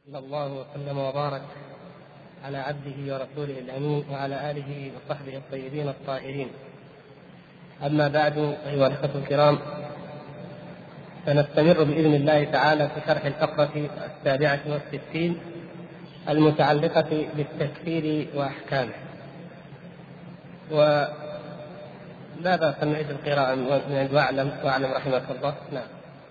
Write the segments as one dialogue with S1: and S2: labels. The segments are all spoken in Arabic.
S1: صلى الله وسلم وبارك على عبده ورسوله الأمين وعلى آله وصحبه الطيبين الطاهرين. أما بعد، أيها الأخوة الكرام، سنستمر بإذن الله تعالى في شرح الفقرة 67 المتعلقة بالتكفير وأحكامه. ولا بأس أن نعيد القراءة من واعلم رحمك الله. نعم.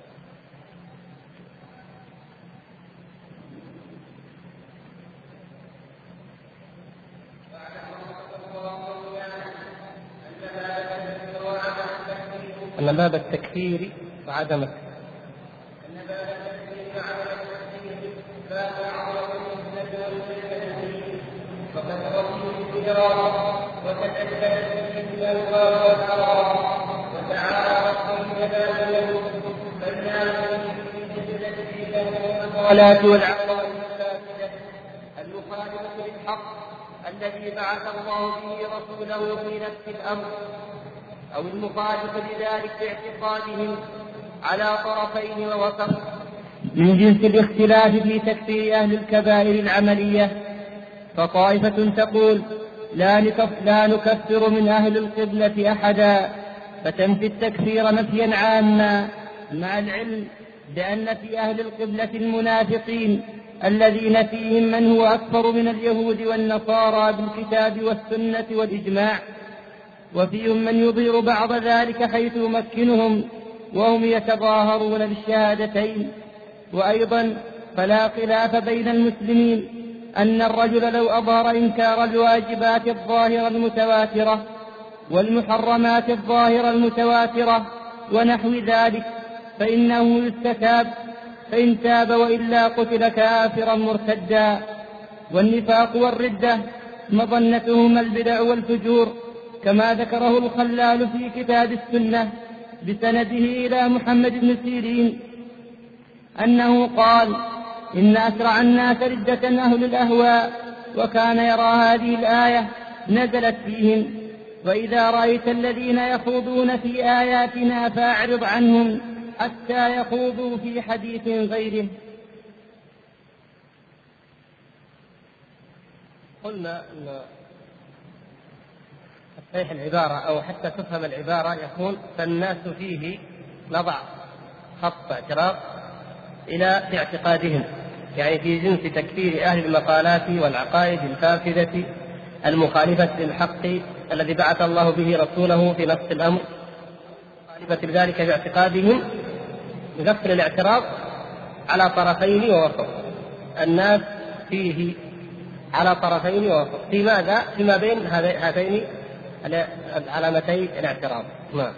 S1: أن باب التكفير وعدم
S2: الصلاة والعقائد الفاسدة المخالفة للحق الذي بعث الله به رسوله في نفس الأمر، أو المخالفة لذلك باعتقادهم على طرفين ووسط من جنس الاختلاف في تكفير أهل الكبائر العملية. فطائفة تقول لا نكفر من أهل القبلة أحدا، فتنفي التكفير نفيا عاما، مع العلم بأن في أهل القبلة المنافقين الذين فيهم من هو أكثر من اليهود والنصارى بالكتاب والسنة والإجماع، وفيهم من يظهر بعض ذلك حيث يمكنهم وهم يتظاهرون بالشهادتين. وأيضا فلا خلاف بين المسلمين أن الرجل لو أظهر إنكار الواجبات الظاهرة المتواترة والمحرمات الظاهرة المتواترة ونحو ذلك فإنه يستتاب، فإن تاب وإلا قتل كافرا مرتدا. والنفاق والردة مظنتهما البدع والفجور، كما ذكره الخلال في كتاب السنة بسنده إلى محمد بن سيرين أنه قال: إن أسرع الناس ردة أهل الأهواء، وكان يرى هذه الآية نزلت فيهم: وإذا رأيت الذين يخوضون في آياتنا فأعرض عنهم حتى يخوضوا في حديث غيره.
S1: قلنا أن تصحيح العبارة أو حتى تفهم العبارة يكون فالناس فيه نضع خط اعتراض إلى اعتقادهم، يعني في جنس تكفير أهل المقالات والعقائد الفاسدة المخالفة للحق الذي بعث الله به رسوله في نفس الأمر، مخالفة ذلك باعتقادهم، بقصر الاعتراض على طرفين ووسط. الناس فيه على طرفين ووسط، في ماذا؟ فيما بين هاتين العلامتين الاعتراض. نعم.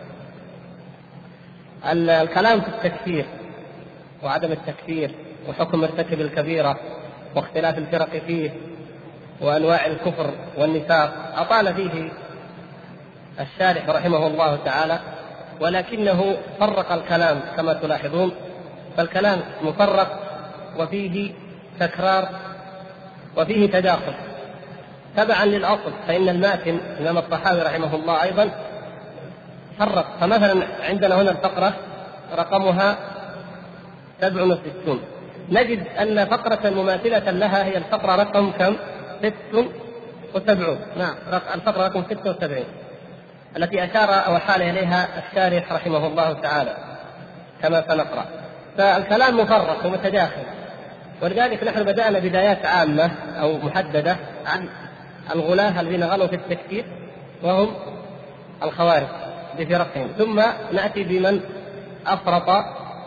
S1: الكلام في التكفير وعدم التكفير وحكم مرتكب الكبيرة واختلاف الفرق فيه وأنواع الكفر والنفاق أطال فيه الشارح رحمه الله تعالى، ولكنه فرق الكلام كما تلاحظون، فالكلام مفرق وفيه تكرار وفيه تداخل تبعا للأصل. فإن الماتن الإمام الطحاوي رحمه الله أيضا فرق، فمثلا عندنا هنا الفقرة رقمها 67، نجد أن فقرة مماثلة لها هي الفقرة رقم كم؟ 76. نعم، الفقرة رقم 76 التي أشار أو حال إليها الشارح رحمه الله تعالى كما سنقرأ. فالكلام مفرق ومتداخل، ولذلك نحن بدأنا بدايات عامة أو محددة عن الغلاة الذين غلوا في التكفير وهم الخوارج بفرقهم، ثم نأتي بمن أفرط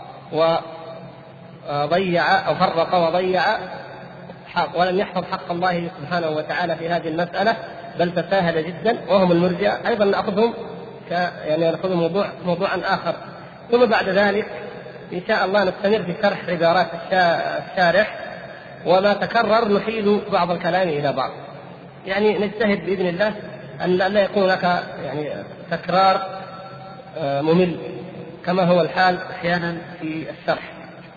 S1: وضيع أو فرق وضيع ولم يحفظ حق الله سبحانه وتعالى في هذه المسألة، بل تساهل جدا، وهم المرجئة. أيضا نأخذهم نأخذ موضوعا آخر، ثم بعد ذلك إن شاء الله نستمر في شرح عبارات الشارح، وما تكرر نحيل بعض الكلام إلى بعض، يعني نجتهد بإذن الله أن لا يكون لك تكرار ممل كما هو الحال أحيانا في الشرح.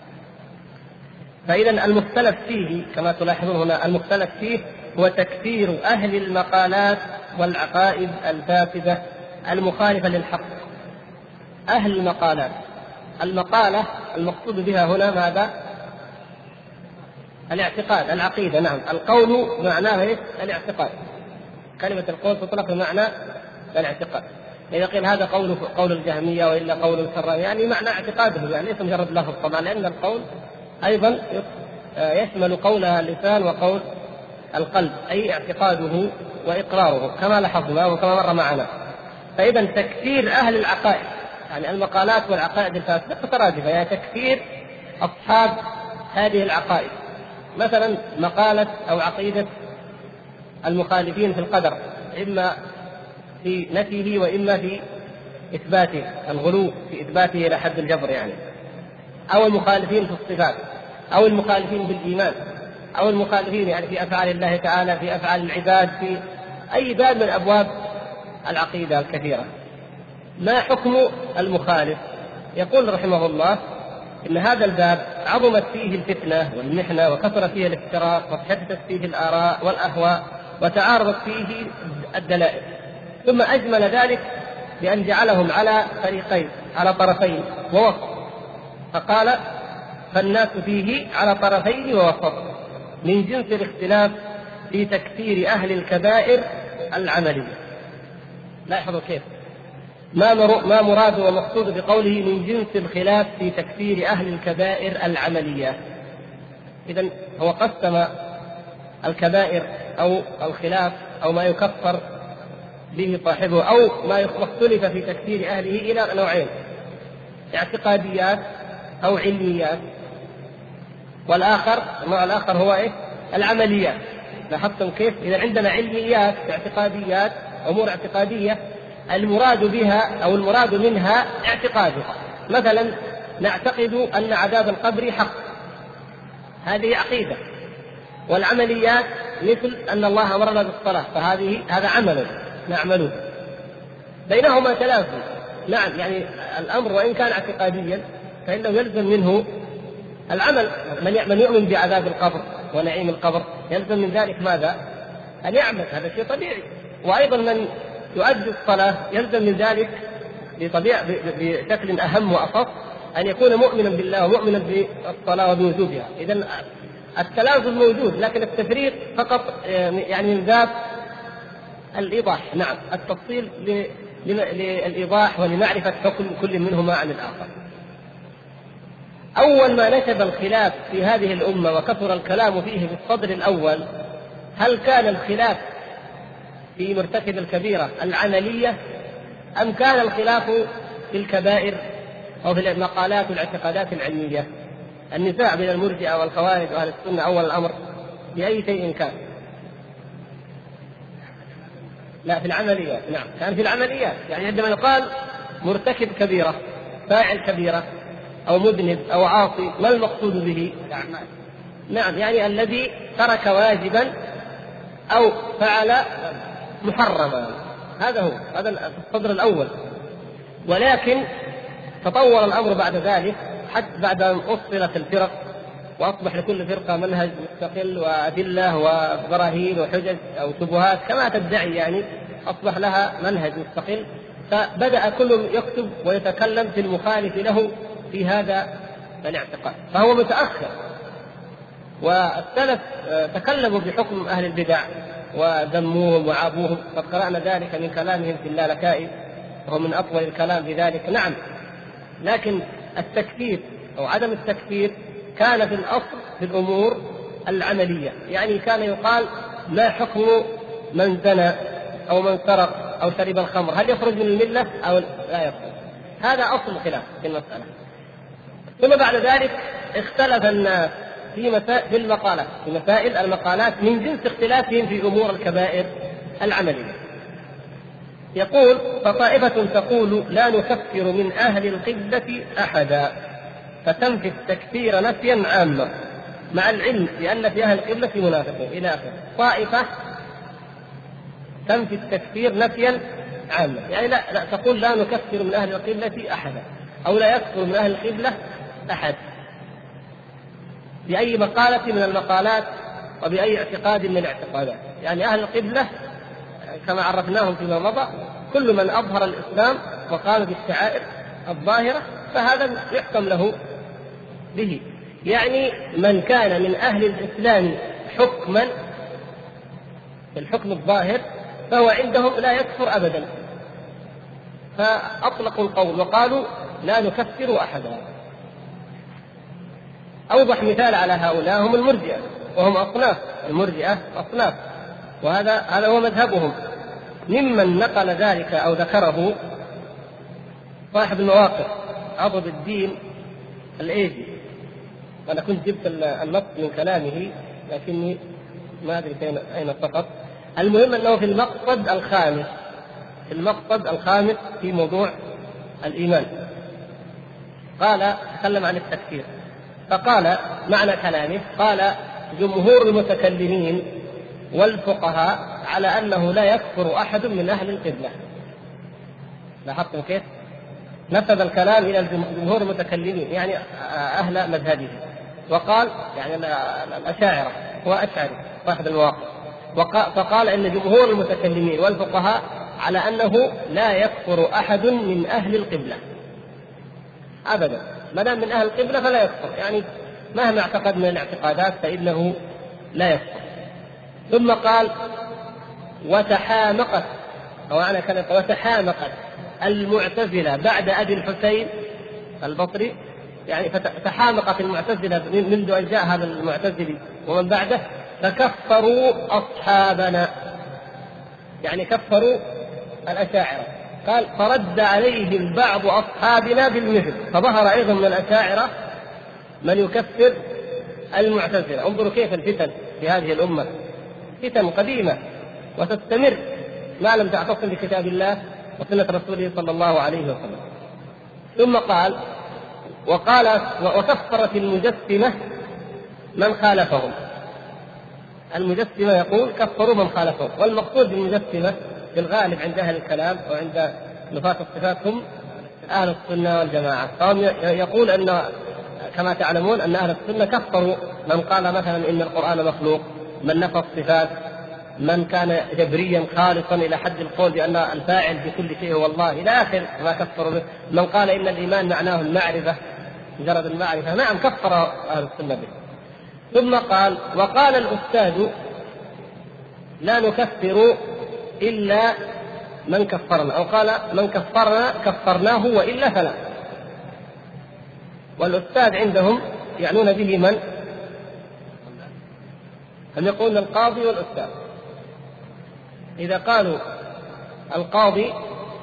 S1: فإذا المختلف فيه كما تلاحظون هنا، المختلف فيه هو تكفير أهل المقالات والعقائد الفاسدة المخالفة للحق. أهل المقالات، المقالة المقصود بها هنا ماذا؟ الاعتقاد، العقيدة. نعم، القول معناه إيه؟ الاعتقاد. كلمة القول تطلق بمعنى الاعتقاد. إذا قيل هذا قول الجهمية وإلا قول الكرامية، يعني معنى اعتقاده، يعني ليس مجرد لفظ طبعا، لأن القول أيضا يشمل قول اللسان وقول القلب، أي اعتقاده وإقراره كما لاحظنا وكما مر معنا. فإذا تكفير أهل العقائد، يعني المقالات والعقائد الفاسدة مترادفة، يعني تكفير أصحاب هذه العقائد. مثلا مقالة أو عقيدة المخالفين في القدر، إما في نفيه وإما في إثباته، الغلو في إثباته إلى حد الجبر يعني، أو المخالفين في الصفات، أو المخالفين بالإيمان، أو المخالفين يعني في أفعال الله تعالى، في أفعال العباد، في أي باب من أبواب العقيدة الكثيرة. ما حكم المخالف؟ يقول رحمه الله إن هذا الباب عظمت فيه الفتنة والمحنة، وكثر فيه الافتراق، وتشتت فيه الآراء والأهواء، وتعارضت فيه الدلائل، ثم أجمل ذلك بأن جعلهم على فريقين، على طرفين ووسط، فقال فالناس فيه على طرفين ووسط من جنس الاختلاف في تكفير أهل الكبائر العملية. لاحظوا كيف ما مراد ومقصود بقوله من جنس الخلاف في تكفير أهل الكبائر العملية. إذن هو قسم الكبائر أو الخلاف أو ما يكفر به صاحبه أو ما اختلف في تكفير أهله إلى نوعين: اعتقاديات أو علميات، والآخر النوع الآخر هو إيه؟ العمليات. لاحظتم كيف؟ إذا عندنا علميات اعتقاديات أمور اعتقادية المراد بها أو المراد منها اعتقادها، مثلا نعتقد أن عذاب القبر حق، هذه عقيدة. والعمليات مثل أن الله أمرنا بالصلاة، هذا عمل نعمله. بينهما تلازم. نعم، يعني الأمر وإن كان اعتقاديا فإنه يلزم منه العمل. من يؤمن بعذاب القبر ونعيم القبر يلزم من ذلك ماذا؟ أن يعمل، هذا شيء طبيعي. وأيضا من يؤدي الصلاة يلزم من ذلك بشكل أهم وأخص أن يكون مؤمنا بالله ومؤمنا بالصلاة وبوجوبها. إذن التلازم موجود، لكن التفريق فقط يعني من باب الإيضاح. نعم، التفصيل للإيضاح ولمعرفة حكم كل منهما عن الآخر. أول ما نشب الخلاف في هذه الأمة وكثر الكلام فيه في الصدر الأول، هل كان الخلاف في مرتكب الكبيرة العملية أم كان الخلاف في الكبائر أو في المقالات والاعتقادات العلمية؟ النزاع بين المرجئة والخوارج وأهل السنة أول الأمر بأي شيء كان؟ لا، في العمليات. نعم، كان في العمليات. يعني عندما يقال مرتكب كبيرة، فاعل كبيرة أو مذنب أو عاصي، ما المقصود به؟ نعم، يعني الذي ترك واجبا أو فعل محرما، هذا الصدر الأول. ولكن تطور الأمر بعد ذلك حتى بعد أن أصلت الفرق وأصبح لكل فرقة منهج مستقل وأدلة وبراهين وحجج أو شبهات كما تدعي، يعني أصبح لها منهج مستقل. فبدأ كل يكتب ويتكلم في المخالف له في هذا الاعتقاد، فهو متأخر. والسلف تكلموا بحكم أهل البدع وذموهم وعابوهم، قد قرأنا ذلك من كلامهم في اللالكائي وهو من أطول الكلام في ذلك. نعم، لكن التكفير أو عدم التكفير كان في الأصل في الأمور العملية. يعني كان يقال ما حكم من زنى أو من سرق أو شرب الخمر، هل يخرج من الملة أو لا يخرج؟ هذا أصل الخلاف في المسألة. ثم بعد ذلك اختلف الناس في المقالات، في مسائل المقالات من جنس اختلافهم في أمور الكبائر العملية. يقول فطائفة تقول لا نكفر من أهل القبلة أحدا، فتنفي التكفير نفيا عاما مع العلم بأن في أهل القبلة منافقون إلى آخره. طائفة تنفي التكفير نفيا عاما، يعني لا تقول لا نكفر من أهل القبلة أحدا أو لا يكفر من أهل القبلة أحد بأي مقالة من المقالات وبأي اعتقاد من الاعتقادات. يعني أهل القبلة كما عرفناهم فيما مضى كل من أظهر الإسلام وقام بالشعائر الظاهرة فهذا يحكم له به. يعني من كان من أهل الإسلام حكما في الحكم الظاهر فهو عندهم لا يكفر أبدا، فأطلقوا القول وقالوا لا نكفر أحدا. أوضح مثال على هؤلاء هم المرجئة، وهم أصناف، المرجئة أصناف، وهذا هو مذهبهم. ممن نقل ذلك أو ذكره صاحب المواقف عضد الدين الإيجي، وأنا كنت جبت النص من كلامه لكني ما أدري أين سقط. المهم أنه في المقصد الخامس، في المقصد الخامس في موضوع الإيمان قال تكلم عن التكفير، فقال معنى كلامه قال جمهور المتكلمين والفقهاء على أنه لا يكفر أحد من أهل القبلة. لاحظتم كيف؟ نسب الكلام إلى جمهور المتكلمين يعني أهل مذهبه، وقال يعني الأشاعرة وأشعري صاحب المواقف، فقال إن جمهور المتكلمين والفقهاء على أنه لا يكفر أحد من أهل القبلة أبدا، ما دام من أهل القبلة فلا يكفر، يعني مهما اعتقد من الاعتقادات فإنه لا يكفر. ثم قال وتحامقت، أو أنا كانت وتحامقت المعتزلة بعد أبي الحسين البصري، يعني فتحامقت المعتزلة منذ أن جاء هذا المعتزلي ومن بعده، فكفروا أصحابنا، يعني كفروا الأشاعرة. قال فرد عليهم بعض أصحابنا بالمثل، فظهر أيضا من الأشاعرة من يكفر المعتزلة. انظروا كيف الفتن في هذه الأمة، فتن قديمة وتستمر ما لم تعتصم بكتاب الله وسنة رسوله صلى الله عليه وسلم. ثم قال وكفرت المجسمة من خالفهم. المجسمة يقول كفروا من خالفهم، والمقصود بالمجسمة في الغالب عند أهل الكلام وعند نفاة الصفات هم أهل السنة والجماعة. فهم يقول أن كما تعلمون أن أهل السنة كفروا من قال مثلا إن القرآن مخلوق، من نفى الصفات، من كان جبريا خالصا إلى حد القول بأن الفاعل بكل شيء هو الله إلى آخر ما كفروا به، من قال إن الإيمان معناه المعرفة مجرد المعرفة، نعم كفر أهل السنة به. ثم قال وقال الأستاذ لا نكفر إلا من كفرنا، أو قال من كفرنا كفرناه وإلا فلا. والأستاذ عندهم يعنون به من؟ هم يقولون القاضي والأستاذ. إذا قالوا القاضي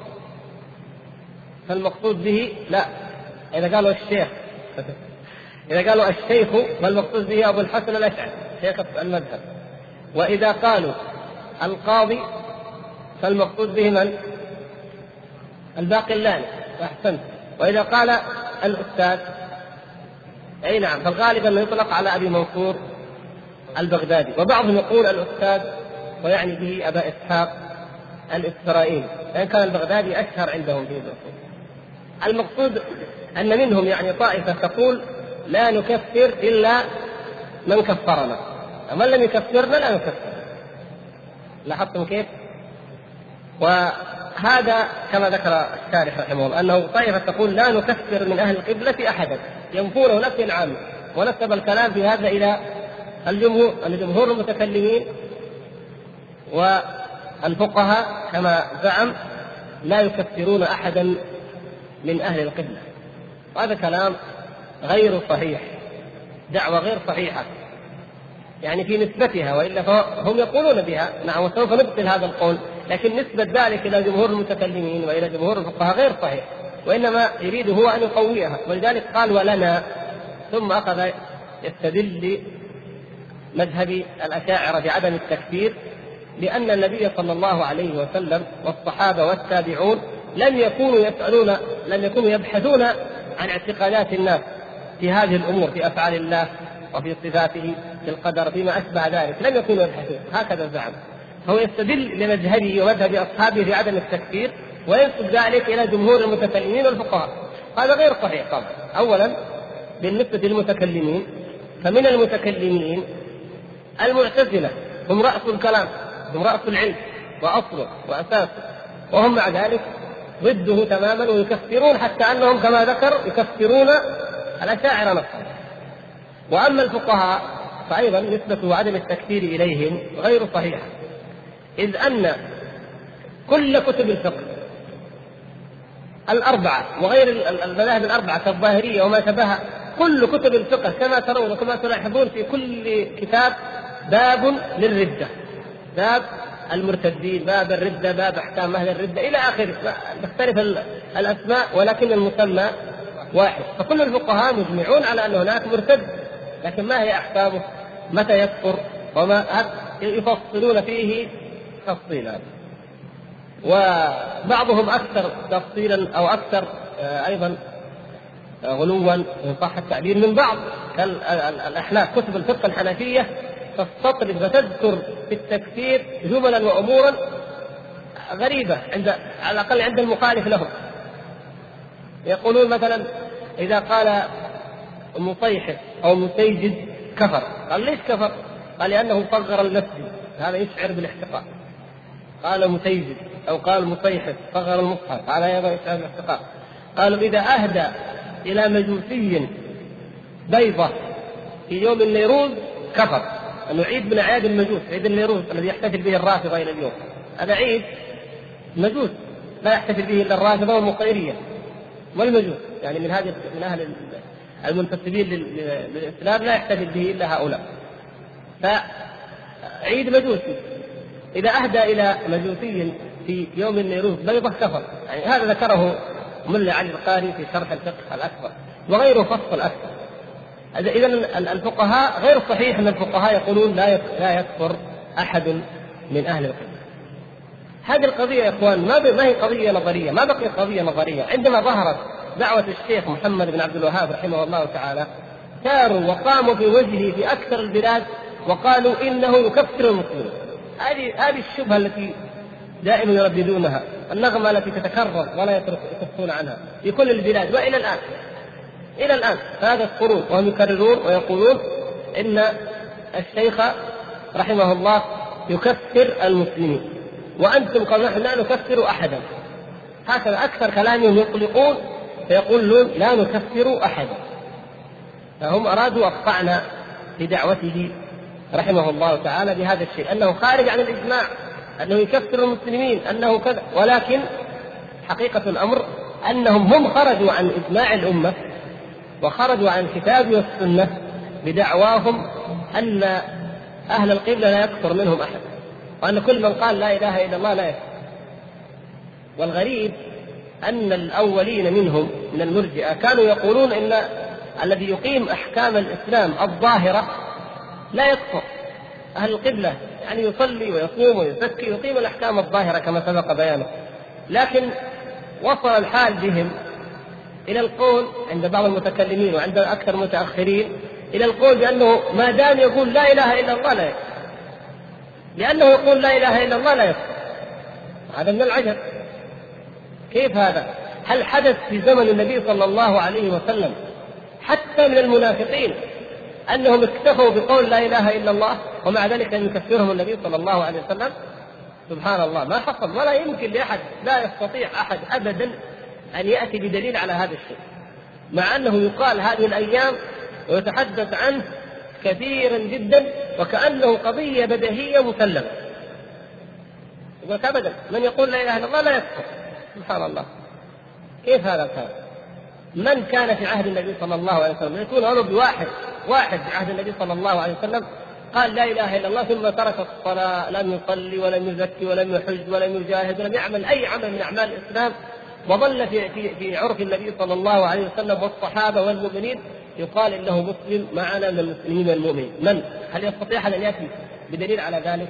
S1: فالمقصود به لا، إذا قالوا الشيخ إذا قالوا الشيخ فالمقصود به أبو الحسن الأشعري شيخ المذهب. وإذا قالوا القاضي فالمقصود به من؟ الباقلاني. أحسنت. وإذا قال الأستاذ أي نعم، فالغالب أنه يطلق على أبي منصور البغدادي. وبعضهم يقول الأستاذ ويعني به أبا إسحاق الإسرائيلي، لأن كان البغدادي أشهر عندهم في الأصول. المقصود أن منهم يعني طائفة تقول لا نكفر إلا من كفرنا، ومن لم يكفرنا لا نكفر. لاحظتم كيف؟ وهذا كما ذكر الشارح رحمه الله أنه طائفة تقول لا نكفر من أهل القبلة أحدا، ينفونه نفي عام، ونسب الكلام في هذا إلى الجمهور المتكلمين والفقهاء كما زعم لا يكفرون أحدا من أهل القبلة. وهذا كلام غير صحيح، دعوة غير صحيحة يعني في نسبتها، وإلا هم يقولون بها نعم، وسوف نبطل هذا القول، لكن نسبة ذلك إلى جمهور المتكلمين وإلى جمهور الفقهاء غير صحيح، وإنما يريد هو أن يقويها. ولذلك قال ولنا، ثم أخذ يستدل مذهب الأشاعرة بعدم التكفير لأن النبي صلى الله عليه وسلم والصحابة والتابعون لم يكونوا يبحثون عن اعتقادات الناس في هذه الأمور، في أفعال الله وفي صفاته في القدر فيما أشبه ذلك، لم يكونوا يبحثون، هكذا زعم. هو يستدل لمذهبه ومذهب أصحابه في عدم التكفير وينسب ذلك إلى جمهور المتكلمين والفقهاء. هذا غير صحيح طبعا. أولا بالنسبة للمتكلمين، فمن المتكلمين المعتزلة هم رأس الكلام، هم رأس العلم وأصله وأساسه، وهم مع ذلك ضده تماما ويكفرون، حتى أنهم كما ذكر يكفرون الأشاعرة نفسهم. وأما الفقهاء فأيضا نسبة عدم التكفير إليهم غير صحيحة، إذ أن كل كتب الفقه الأربعة وغير المذاهب الأربعة كالظاهرية وما شبهها، كل كتب الفقه كما ترون وكما تلاحظون في كل كتاب باب للردة، باب المرتدين، باب الردة، باب أحكام أهل الردة إلى آخره، تختلف الأسماء ولكن المسمى واحد. فكل الفقهاء مجمعون على أن هناك مرتد، لكن ما هي أحكامه؟ متى يكفر؟ وما يفصلون فيه تفصيلا، وبعضهم أكثر تفصيلا أو أكثر أيضا غلوا إن صح التعبير من بعض، كالأحناف كتب الفقه الحنفية تستطرد وتذكر في التكفير جملا وأمورا غريبة على الأقل عند المخالف لهم. يقولون مثلا إذا قال مصيحف أو مسيجد كفر، قال ليش كفر؟ قال لأنه صغر المسجد، هذا يشعر بالاحتقار. قال مسيجد أو قال مصيحف صغر المصحف، هذا أيضا يشعر بالاحتقار. قالوا إذا أهدى إلى مجوسي بيضة في يوم النيروز كفر، أنه عيد من أعياد المجوس، عيد النيروز الذي يحتفل به الرافضة إلى اليوم، هذا عيد مجوس لا يحتفل به إلا الرافضة والمقيرية والمجوس، يعني من أهل المنتسبين للإسلام لا يحتفل به إلا هؤلاء. فعيد مجوسي إذا أهدى إلى مجوسي في يوم النيروز بيضة كفر، يعني هذا ذكره ملا علي القاري في شرح الفقه الأكبر وغيره فصل أكثر. إذن الفقهاء غير صحيح أن الفقهاء يقولون لا يكفر أحد من أهل القبلة. هذه القضية يا إخوان ما هي قضية نظرية، ما بقي قضية نظرية. عندما ظهرت دعوة الشيخ محمد بن عبد الوهاب رحمه الله تعالى ساروا وقاموا في وجهه في أكثر البلاد وقالوا إنه يكفر المسلمين. هذه الشبهة التي دائما يرددونها، النغمة التي تتكرر ولا يكفون عنها في كل البلاد وإلى الآن هذا القرون، وهم يكررون ويقولون إن الشيخ رحمه الله يكفر المسلمين وأنتم قالوا نحن لا نكفر أحدا. هكذا أكثر كلامهم يطلقون فيقولون لا نكفر أحدا. فهم أرادوا أقطعنا بدعوته رحمه الله تعالى بهذا الشيء، أنه خارج عن الإجماع، أنه يكفر المسلمين، أنه كذا. ولكن حقيقة الأمر أنهم هم خرجوا عن إجماع الأمة وخرجوا عن الكتاب والسنة بدعواهم أن أهل القبلة لا يكفر منهم أحد، وأن كل من قال لا إله إلا الله لا يكفر. والغريب أن الأولين منهم من المرجئة كانوا يقولون إن الذي يقيم أحكام الإسلام الظاهرة لا يكفر. أهل القبلة يعني يصلي ويصوم ويزكي يقيم الأحكام الظاهرة كما سبق بيانه، لكن وصل الحال بهم إلى القول عند بعض المتكلمين وعند أكثر المتأخرين إلى القول بأنه ما دام يقول لا إله إلا الله لا يكفر، لأنه يقول لا إله إلا الله لا يكفر. هذا من العجب. كيف هذا؟ هل حدث في زمن النبي صلى الله عليه وسلم حتى من المنافقين أنهم اكتفوا بقول لا إله إلا الله ومع ذلك لم يكفرهم النبي صلى الله عليه وسلم؟ سبحان الله، ما حصل ولا يمكن لأحد، لا يستطيع أحد أبدا أن يأتي بدليل على هذا الشيء، مع أنه يقال هذه الأيام ويتحدث عنه كثيرا جدا وكأنه قضية بديهية مسلمة. يقول أبدا من يقول لا إله إلا الله لا يكفر. سبحان الله، كيف هذا الكلام؟ من كان في عهد النبي صلى الله عليه وسلم يكون ولو بواحد في عهد النبي صلى الله عليه وسلم قال لا إله إلا الله ثم ترك الصلاة، لم يصلي ولم يزكي ولم يحج ولم يجاهد ولم يعمل أي عمل من أعمال الإسلام وظل في عرف النبي صلى الله عليه وسلم والصحابة والمؤمنين يقال إنه مسلم معنا من المسلمين والمؤمنين؟ من؟ هل يستطيع أن يأتي بدليل على ذلك؟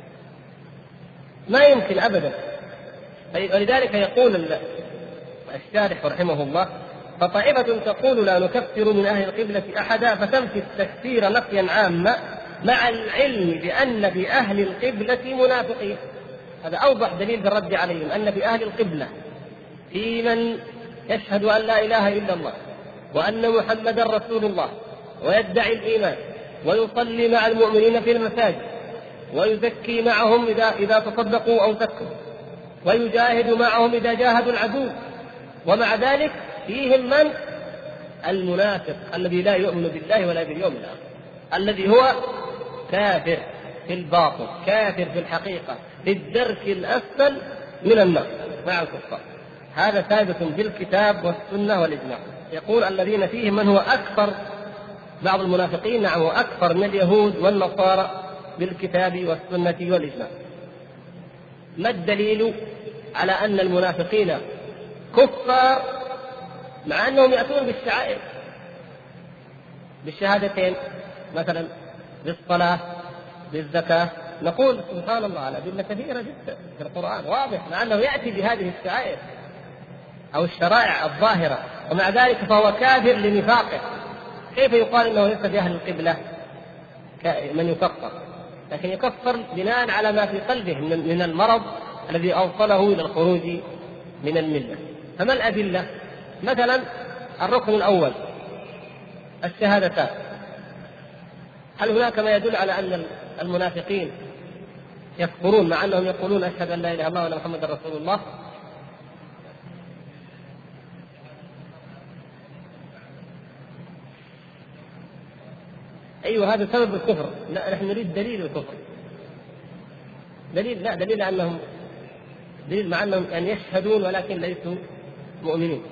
S1: ما يمكن أبدا. ولذلك يقول الشارح رحمه الله فطائفة تقول لا نكفر من أهل القبلة أحدا فتنفي التكفير نفيا عاما مع العلم بأن في أهل القبلة منافقين. هذا أوضح دليل بالرد عليهم، أن في أهل القبلة في من يشهد أن لا إله إلا الله وأن محمدا رسول الله ويدعي الإيمان ويصلي مع المؤمنين في المساجد ويزكي معهم إذا تصدقوا أو زكوا ويجاهد معهم إذا جاهدوا العدو، ومع ذلك فيهم من المنافق الذي لا يؤمن بالله ولا باليوم الآخر، الذي هو كافر في الباطن، كافر في الحقيقة، في الدرك الأسفل من النار مع الكفار. هذا ثابت في الكتاب والسنة والإجماع. يقول الذين فيهم من هو أكثر، بعض المنافقين نعم هو أكثر من اليهود والنصارى بالكتاب والسنة والإجماع. ما الدليل على أن المنافقين كفار مع أنهم يأتون بالشعائر، بالشهادتين مثلا، بالصلاة، بالزكاة؟ نقول سبحان الله على أدلة كثيرة جدا في القرآن واضح مع أنه يأتي بهذه الشعائر أو الشرائع الظاهرة، ومع ذلك فهو كافر لنفاقه. كيف يقال إنه ليس بأهل القبلة من يكفر؟ لكن يكفر بناء على ما في قلبه من المرض الذي أوصله إلى الخروج من الملة. فما الأدلة؟ مثلا الركن الأول الشهادتان، هل هناك ما يدل على أن المنافقين يكفرون مع أنهم يقولون أشهد أن لا إله إلا الله وأن محمدا رسول الله؟ أيوة هذا سبب الكفر. لا نحن نريد دليل الكفر، دليل، لا دليل أنهم، دليل مع أنهم يعني يشهدون ولكن ليسوا مؤمنين.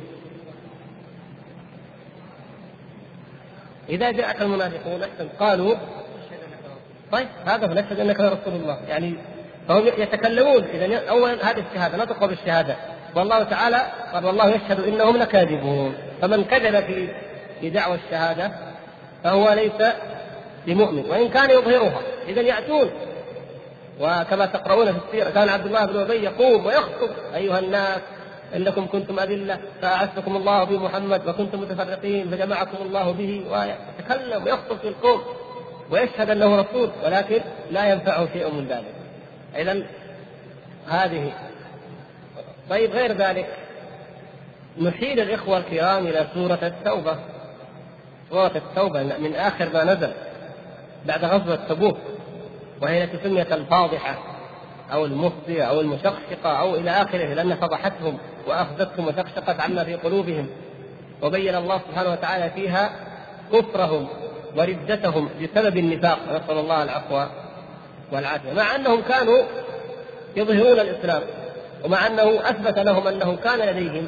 S1: إذا جاءك المنافقون قالوا طيب هذا فنشهد أنك رسول الله، يعني فهم يتكلمون. إذا أولا هذه الشهادة نطق بالشهادة، والله تعالى قال والله يشهد إنهم لكاذبون. فمن كذب في دعوى الشهادة فهو ليس بمؤمن وإن كان يظهرها. إذا يأتون، وكما تقرؤون في السيرة كان عبد الله بن أبي يقوم ويخطب: أيها الناس إنكم كنتم أذلة فأعزكم الله بمحمد وكنتم متفرقين فجمعكم الله به، ويتكلم ويخطب في القوم ويشهد أنه رسول، ولكن لا ينفعه شيء من ذلك. إذن هذه. طيب غير ذلك نحيل الإخوة الكرام إلى سورة التوبة. سورة التوبة من آخر ما نزل بعد غزوة تبوك، وهي سميت الفاضحة أو المفضية أو المشقشقة أو إلى آخره، لأن فضحتهم وأخذتهم وشقشقت عما في قلوبهم. وبين الله سبحانه وتعالى فيها كفرهم وردتهم بسبب النفاق، نسأل الله العفو والعافية، مع أنهم كانوا يظهرون الإسلام، ومع أنه أثبت لهم أنه كان لديهم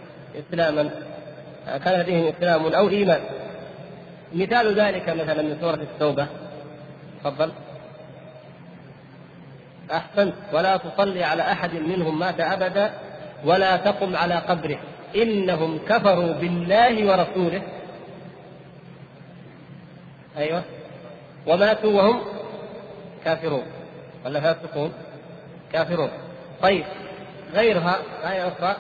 S1: إسلام أو إيمان. مثال ذلك مثلا من سورة التوبة، تفضل. أحسنت. ولا تصلي على أحد منهم مات أبدا ولا تقم على قبره إنهم كفروا بالله ورسوله. أيوة، وماتوا وهم كافرون ولا فاسقون؟ كافرون. طيب غيرها آية أخرى،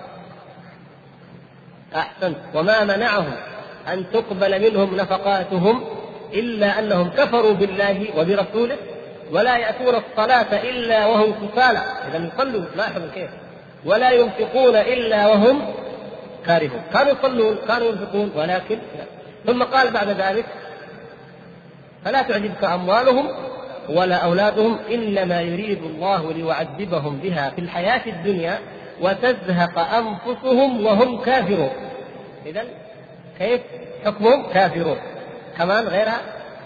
S1: أحسنت. وما منعهم أن تقبل منهم نفقاتهم إلا أنهم كفروا بالله وبرسوله ولا يأتون الصلاة إلا وهم كسالى. إذا يصلوا، لاحظوا كيف، ولا ينفقون إلا وهم كارهون. كانوا يصلون كانوا ينفقون ولكن لا. ثم قال بعد ذلك: فلا تعجبك أموالهم ولا أولادهم إنما يريد الله ليعذبهم بها في الحياة الدنيا وتزهق أنفسهم وهم كافرون. إذن كيف حكمهم؟ كافرون. كمان غيرها،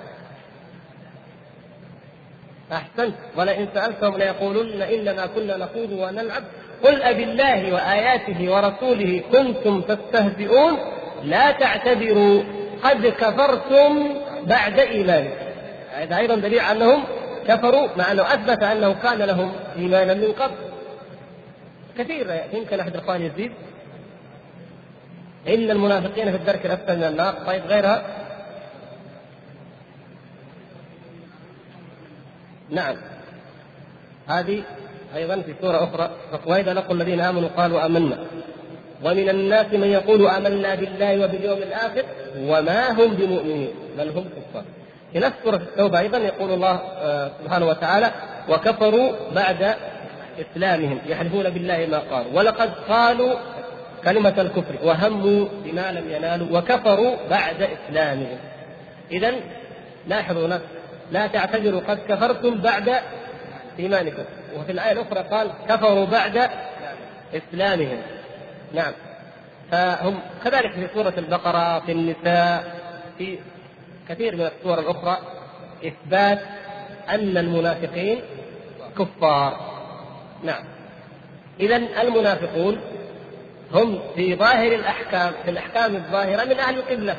S1: أحسنت. ولئن سألتهم ليقولن إنما كنا نخوض ونلعب قل أبالله وآياته ورسوله كنتم تستهزئون لا تعتذروا قد كفرتم بعد إيمانكم. هذا أيضا دليل أنهم كفروا مع أنه أثبت أنه كان لهم إيمانا من قبل. كثير يمكن أحد الإخوان يزيد: إن المنافقين في الدرك الأسفل من النار. طيب غيرها، نعم هذه أيضا في سورة أخرى: وإذا لقوا الذين آمنوا قالوا آمنا ومن الناس من يقول آمنا بالله وباليوم الآخر وما هم بمؤمنين بل هم كفار. في نفس سورة التوبة أيضا يقول الله سبحانه وتعالى: وكفروا بعد إسلامهم يحلفون بالله ما قالوا ولقد قالوا كلمة الكفر وهموا بما لم ينالوا وكفروا بعد إسلامهم. إذن لاحظوا لا تعتذروا قد كفرتم بعد إيمانكم. وفي الآية الأخرى قال: كفروا بعد إسلامهم. نعم. فهم كذلك في سورة البقرة، في النساء، في كثير من السور الأخرى إثبات أن المنافقين كفار. نعم. إذن المنافقون هم في ظاهر الأحكام، في الأحكام الظاهرة من أهل القبلة،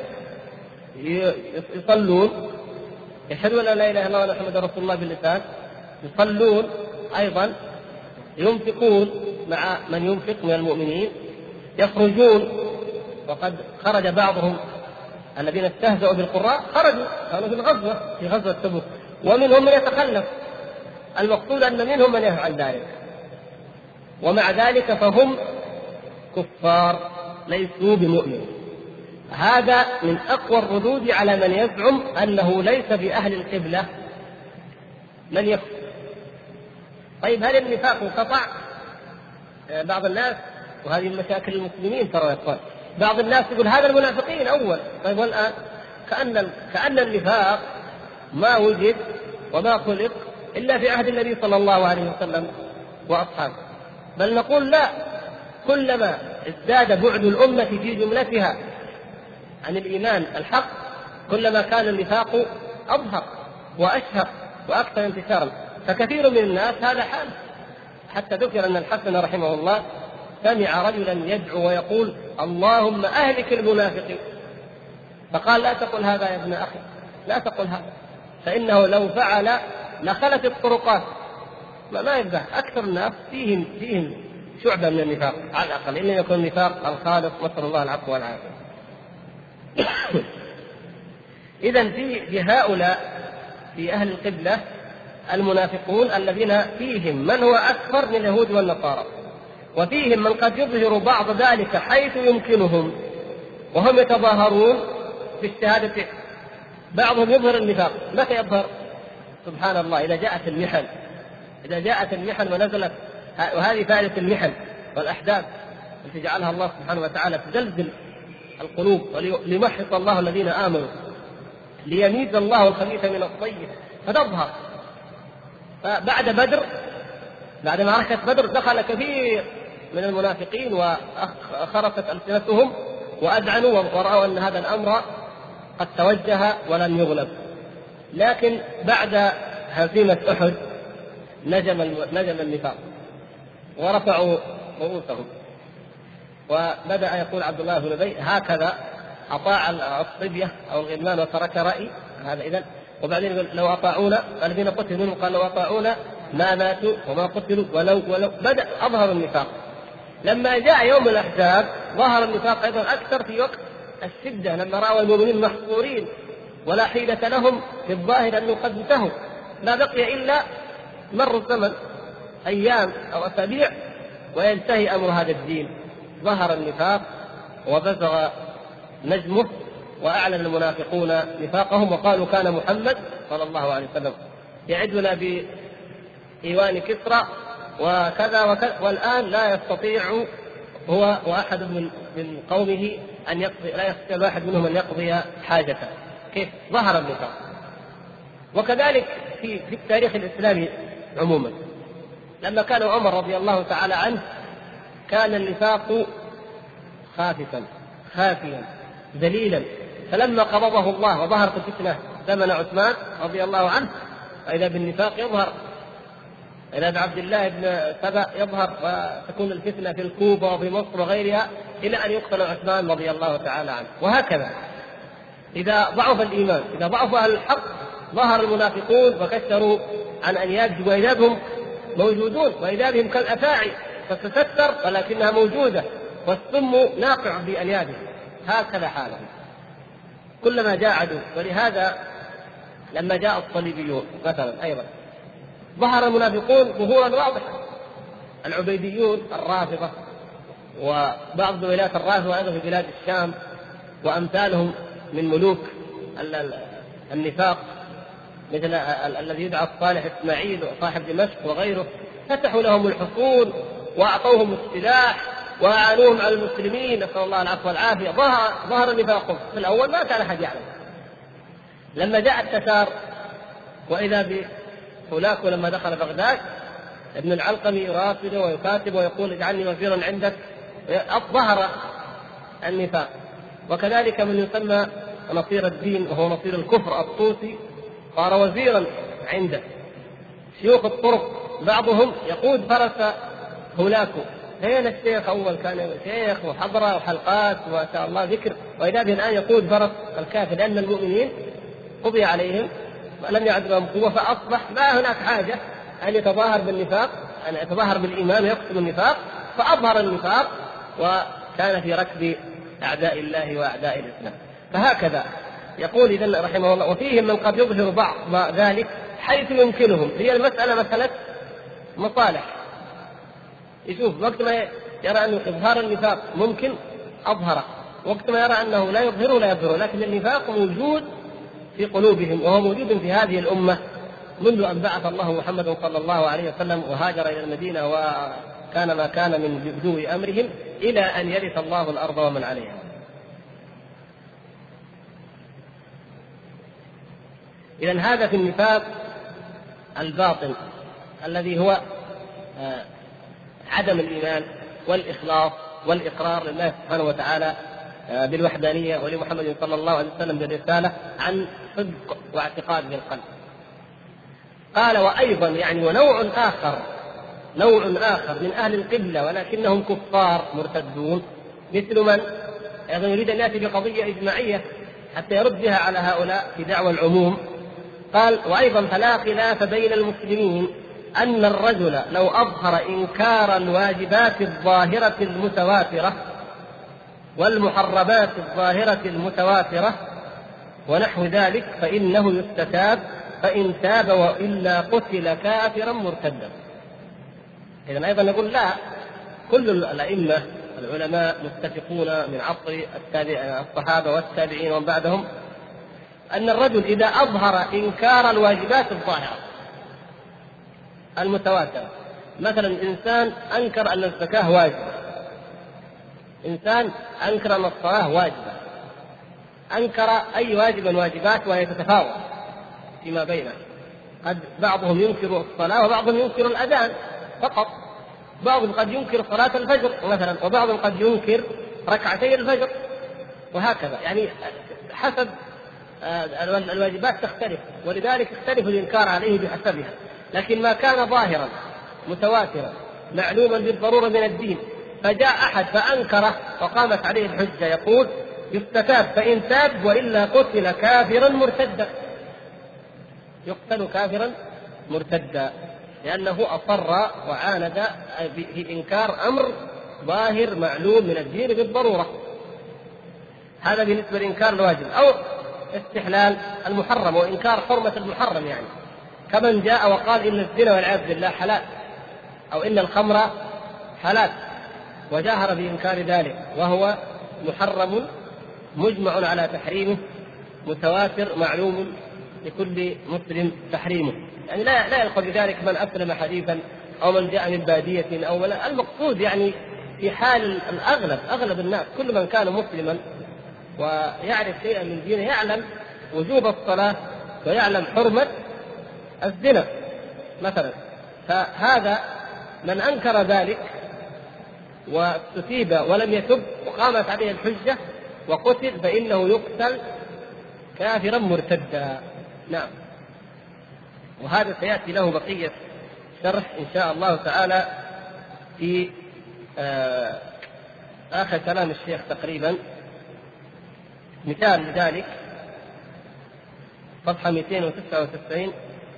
S1: يصلون، يشهدون أن لا إله إلا الله محمد رسول الله باللسان، يصلون أيضا، ينفقون مع من ينفق من المؤمنين، يخرجون، وقد خرج بعضهم الذين استهزأوا بالقراء خرجوا كانوا في الغزوة، في غزوة تبوك، ومنهم من يتخلف. المقصود أن منهم من يفعل ذلك، ومع ذلك فهم كفار ليسوا بمؤمنين. هذا من أقوى الردود على من يزعم أنه ليس بأهل القبلة من يكفر. طيب هل النفاق انقطع؟ بعض الناس، وهذه من مشاكل المسلمين ترى يا اخوان، بعض الناس يقول هذا المنافقين أول. طيب والآن كأن النفاق ما وجد وما خلق إلا في عهد النبي صلى الله عليه وسلم وأصحابه. بل نقول لا، كلما ازداد بعد الأمة في جملتها عن الإيمان الحق كلما كان النفاق أظهر وأشهر وأكثر انتشارا. فكثير من الناس هذا حال، حتى ذكر أن الحسن رحمه الله سمع رجلا يدعو ويقول اللهم أهلك المنافقين، فقال لا تقل هذا يا ابن أخي، لا تقل هذا، فإنه لو فعل لخلت الطرقات. ما يبقى أكثر الناس فيهم شعبة من النفاق على الأقل، إنه يكون النفاق الخالص، نسأل الله العفو والعافية. إذن في هؤلاء في أهل القبلة المنافقون الذين فيهم من هو أكثر من اليهود والنصارى، وفيهم من قد يظهر بعض ذلك حيث يمكنهم، وهم يتظاهرون بالشهادة. بعضهم يظهر النفاق. متى يظهر؟ سبحان الله، إذا جاءت المحن ونزلت، وهذه فائدة المحن والأحداث التي جعلها الله سبحانه وتعالى تزلزل القلوب، وليمحص الله الذين آمنوا، ليميز الله الخبيث من الطيب، فتظهر. فبعد بدر، بعد معركة بدر، دخل كثير من المنافقين وخرفت ألسنتهم وأذعنوا ورأوا أن هذا الأمر قد توجه ولم يغلب. لكن بعد هزيمة أحد نجم النفاق ورفعوا رؤوسهم، وبدأ يقول عبد الله بن أبي هكذا أطاع الصبية أو الغلمان وترك رأي هذا. إذن وبعدين يقول لو أطاعونا، الذين قتلوا منهم قال لو أطاعونا ما ماتوا وما قتلوا ولو بدأ أظهر النفاق. لما جاء يوم الأحزاب ظهر النفاق أيضا أكثر في وقت الشدة، لما رأوا المؤمنين محصورين ولا حيلة لهم في الظاهر أنه قد انتهوا، لا بقي إلا مر الزمن أيام أو أسابيع وينتهي أمر هذا الدين. ظهر النفاق وبزغ نجمه، وأعلن المنافقون نفاقهم وقالوا كان محمد صلى الله عليه وسلم يعدنا بإيوان كسرى وكذا وكذا، والآن لا يستطيع هو وأحد من قومه أن يقضي، لا يستطيع واحد منهم أن يقضي حاجته. كيف ظهر النفاق؟ وكذلك في التاريخ الإسلامي عموما، لما كان عمر رضي الله تعالى عنه كان النفاق خافيا ذليلا، فلما قبضه الله وظهرت الفتنة زمن عثمان رضي الله عنه فإذا بالنفاق يظهر، إذا بعبد الله بن سبأ يظهر، وتكون الفتنة في الكوفة وفي مصر وغيرها إلى أن يقتل عثمان رضي الله تعالى عنه. وهكذا إذا ضعف الإيمان، إذا ضعف أهل الحق، ظهر المنافقون وكسروا عن أنيابهم، وإذا بهم موجودون، وإذا بهم كالأفاعي فتستر ولكنها موجودة، والسم ناقع بأنيابهم. هكذا حالهم كلما جاء عدو. ولهذا لما جاء الصليبيون مثلا أيضا ظهر المنافقون ظهورا واضحا، العبيديون الرافضة وبعض ولايات الرافضة أيضا في بلاد الشام وأمثالهم من ملوك النفاق، مثل الذي يدعى الصالح إسماعيل وصاحب دمشق وغيره، فتحوا لهم الحصون وأعطوهم السلاح وأعانوهم على المسلمين، نسأل الله العفو والعافية. ظهر نفاقهم في الأول ما كان أحد يعلم. لما جاء التتار وإذا بهولاكو لما دخل بغداد ابن العلقمي يراسل ويكاتب ويقول اجعلني وزيرا عندك، ظهر النفاق. وكذلك من يسمى نصير الدين وهو نصير الكفر الطوسي صار وزيرا عنده. شيوخ الطرق بعضهم يقود فرس هناك، هنا الشيخ أول كان شيخ وحضرة وحلقات وما شاء الله ذكر، وإذا به الآن يقود فرس الكافر، لأن المؤمنين قضي عليهم لم يعد لهم قوة، فأصبح ما هناك حاجة أن يتظاهر بالنفاق، أن يتظاهر بالإيمان ويقسم النفاق، فأظهر النفاق وكان في ركب أعداء الله وأعداء الإسلام. فهكذا يقول إذن رحمه الله: وفيهم من قد يظهر بعض ذلك حيث يمكنهم. هي المسألة مسألة مصالح، يشوف وقت ما يرى أن إظهار النفاق ممكن أظهره، وقت ما يرى أنه لا يظهره لا يظهره، لكن النفاق موجود في قلوبهم، وهو موجود في هذه الأمة منذ أن بعث الله محمد صلى الله عليه وسلم وهاجر إلى المدينة وكان ما كان من بدو أمرهم إلى أن يرث الله الأرض ومن عليها. إذن هذا في النفاق الباطن الذي هو عدم الإيمان والإخلاص والإقرار لله سبحانه وتعالى بالوحدانية ولمحمد صلى الله عليه وسلم بالرسالة عن صدق واعتقاد بالقلب. قال: وأيضا يعني ونوع آخر من أهل القبلة ولكنهم كفار مرتدون، مثل من أيضا يريد أن يأتي بقضية إجماعية حتى يرد بها على هؤلاء في دعوى العموم. قال: وأيضا فلا خلاف بين المسلمين أن الرجل لو أظهر إنكار الواجبات الظاهرة المتواترة والمحرمات الظاهرة المتواترة ونحو ذلك فإنه يستتاب، فإن تاب وإلا قتل كافرا مرتدا. إذن أيضا نقول لا، كل الأئمة العلماء متفقون من عصر الصحابة والتابعين ومن بعدهم أن الرجل إذا أظهر إنكار الواجبات الظاهرة المتواترة، مثلا إنسان أنكر أن الزكاة واجبة، إنسان أنكر أن الصلاة واجبة، أنكر أي واجب من واجبات وهي تتفاوت فيما بينها، قد بعضهم ينكر الصلاة وبعضهم ينكر الأذان فقط، بعضهم قد ينكر صلاة الفجر مثلا، وبعضهم قد ينكر ركعتي الفجر، وهكذا يعني حسب الواجبات تختلف، ولذلك يختلف الإنكار عليه بحسبها. لكن ما كان ظاهرا متواترا معلوما بالضرورة من الدين فجاء أحد فأنكره وقامت عليه الحجة، يقول يستتاب، فإن تاب وإلا قتل كافرا مرتدا، يقتل كافرا مرتدا، لأنه أصر وعاند في إنكار أمر ظاهر معلوم من الدين بالضرورة. هذا بالنسبة لإنكار الواجب، أو استحلال المحرم وإنكار حرمة المحرم، يعني كمن جاء وقال إن الزنا والعياذ بالله حلال، أو إن الخمر حلال، وجاهر بإنكار ذلك وهو محرم مجمع على تحريمه متواتر معلوم لكل مسلم تحريمه، يعني لا يلقى بذلك من أسلم حديثا أو من جاء من بادية أو من المقصود، يعني في حال أغلب الناس كل من كان مسلما ويعرف شيئا من دينه يعلم وجوب الصلاة ويعلم حرمة الزنا مثلا، فهذا من أنكر ذلك واستتيب ولم يتب وقامت عليه الحجة وقتل فإنه يقتل كافرا مرتدا. نعم، وهذا سيأتي له بقية شرح إن شاء الله تعالى في آخر كلام الشيخ تقريبا. مثال لذلك صفحة 299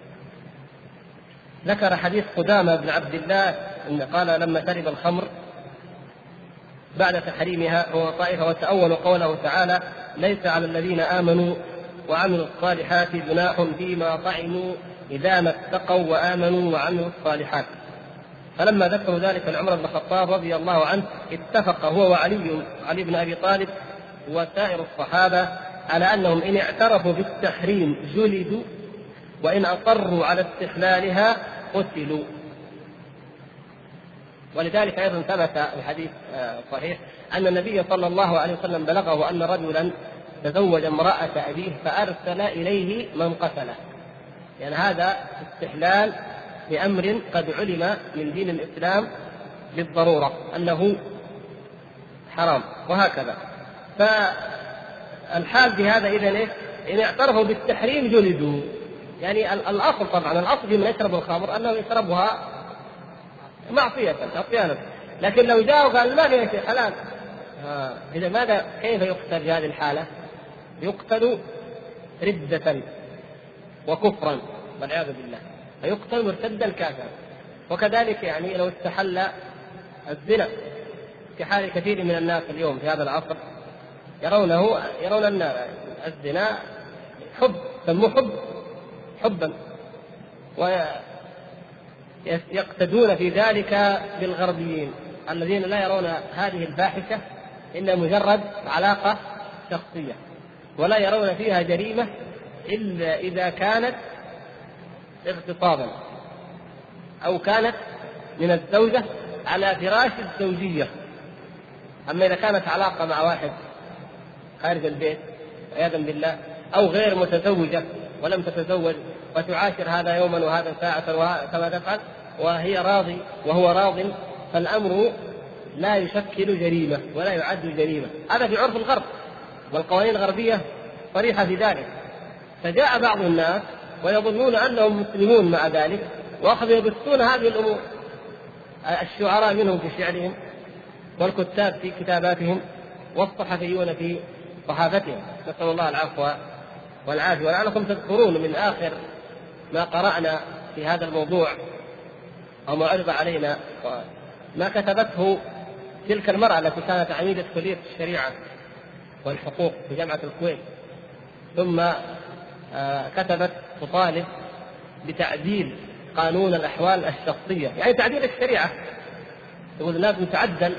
S1: ذكر حديث قدامة بن عبد الله إن قال لما شرب الخمر بعد تحريمها هو طائفة، وتأول قوله تعالى ليس على الذين آمنوا وعملوا الصالحات جناح فيما طعموا إذا ما اتقوا وآمنوا وعملوا الصالحات. فلما ذكروا ذلك لعمر بن الخطاب رضي الله عنه اتفق هو علي بن أبي طالب وسائر الصحابة على أنهم إن اعترفوا بالتحريم جلدوا، وإن أصروا على استحلالها قتلوا. ولذلك أيضا ثبت الحديث صحيح أن النبي صلى الله عليه وسلم بلغه أن رجلا تزوج امرأة أبيه فأرسل إليه من قتله، يعني هذا استحلال لأمر قد علم من دين الإسلام بالضرورة أنه حرام، وهكذا. فالحال في هذا إذن إيه؟ إن اعترفوا بالتحريم جلدوا. يعني الأصل طبعا، الأصل في من يشرب الخمر أنه يشربها معصية أحيانا، لكن لو جاء وقال ما في شيء حلال، إذا ماذا كيف يقتل في هذه الحالة؟ يقتل ردة وكفرا والعياذ بالله، فيقتل مرتدا كافرا. وكذلك يعني لو استحل الزنا في حال كثير من الناس اليوم في هذا العصر يرون أن الزنا حب، سموه حبا، ويقتدون في ذلك بالغربيين الذين لا يرون هذه الفاحشة إلا مجرد علاقة شخصية، ولا يرون فيها جريمة إلا إذا كانت اغتصابا أو كانت من الزوجة على فراش الزوجية. أما إذا كانت علاقة مع واحد خارج البيت عياذا بالله، أو غير متزوجة ولم تتزوج وتعاشر هذا يوما وهذا ساعة كما تفعل وهي راضي وهو راض، فالأمر لا يشكل جريمة ولا يعد جريمة. هذا في عرف الغرب، والقوانين الغربية صريحة في ذلك. فجاء بعض الناس ويظنون أنهم مسلمون مع ذلك، وأخذوا يبثون هذه الأمور، الشعراء منهم في شعرهم، والكتاب في كتاباتهم، والصحفيون في صحافتهم، نسأل الله العفو والعافية. ولعلكم تذكرون من آخر ما قرأنا في هذا الموضوع أو ما عرض علينا ما كتبته تلك المرأة التي كانت عميدة كلية الشريعة والحقوق في جامعة الكويت، ثم كتبت تطالب بتعديل قانون الأحوال الشخصية، يعني تعديل الشريعة، تقول لازم تعدل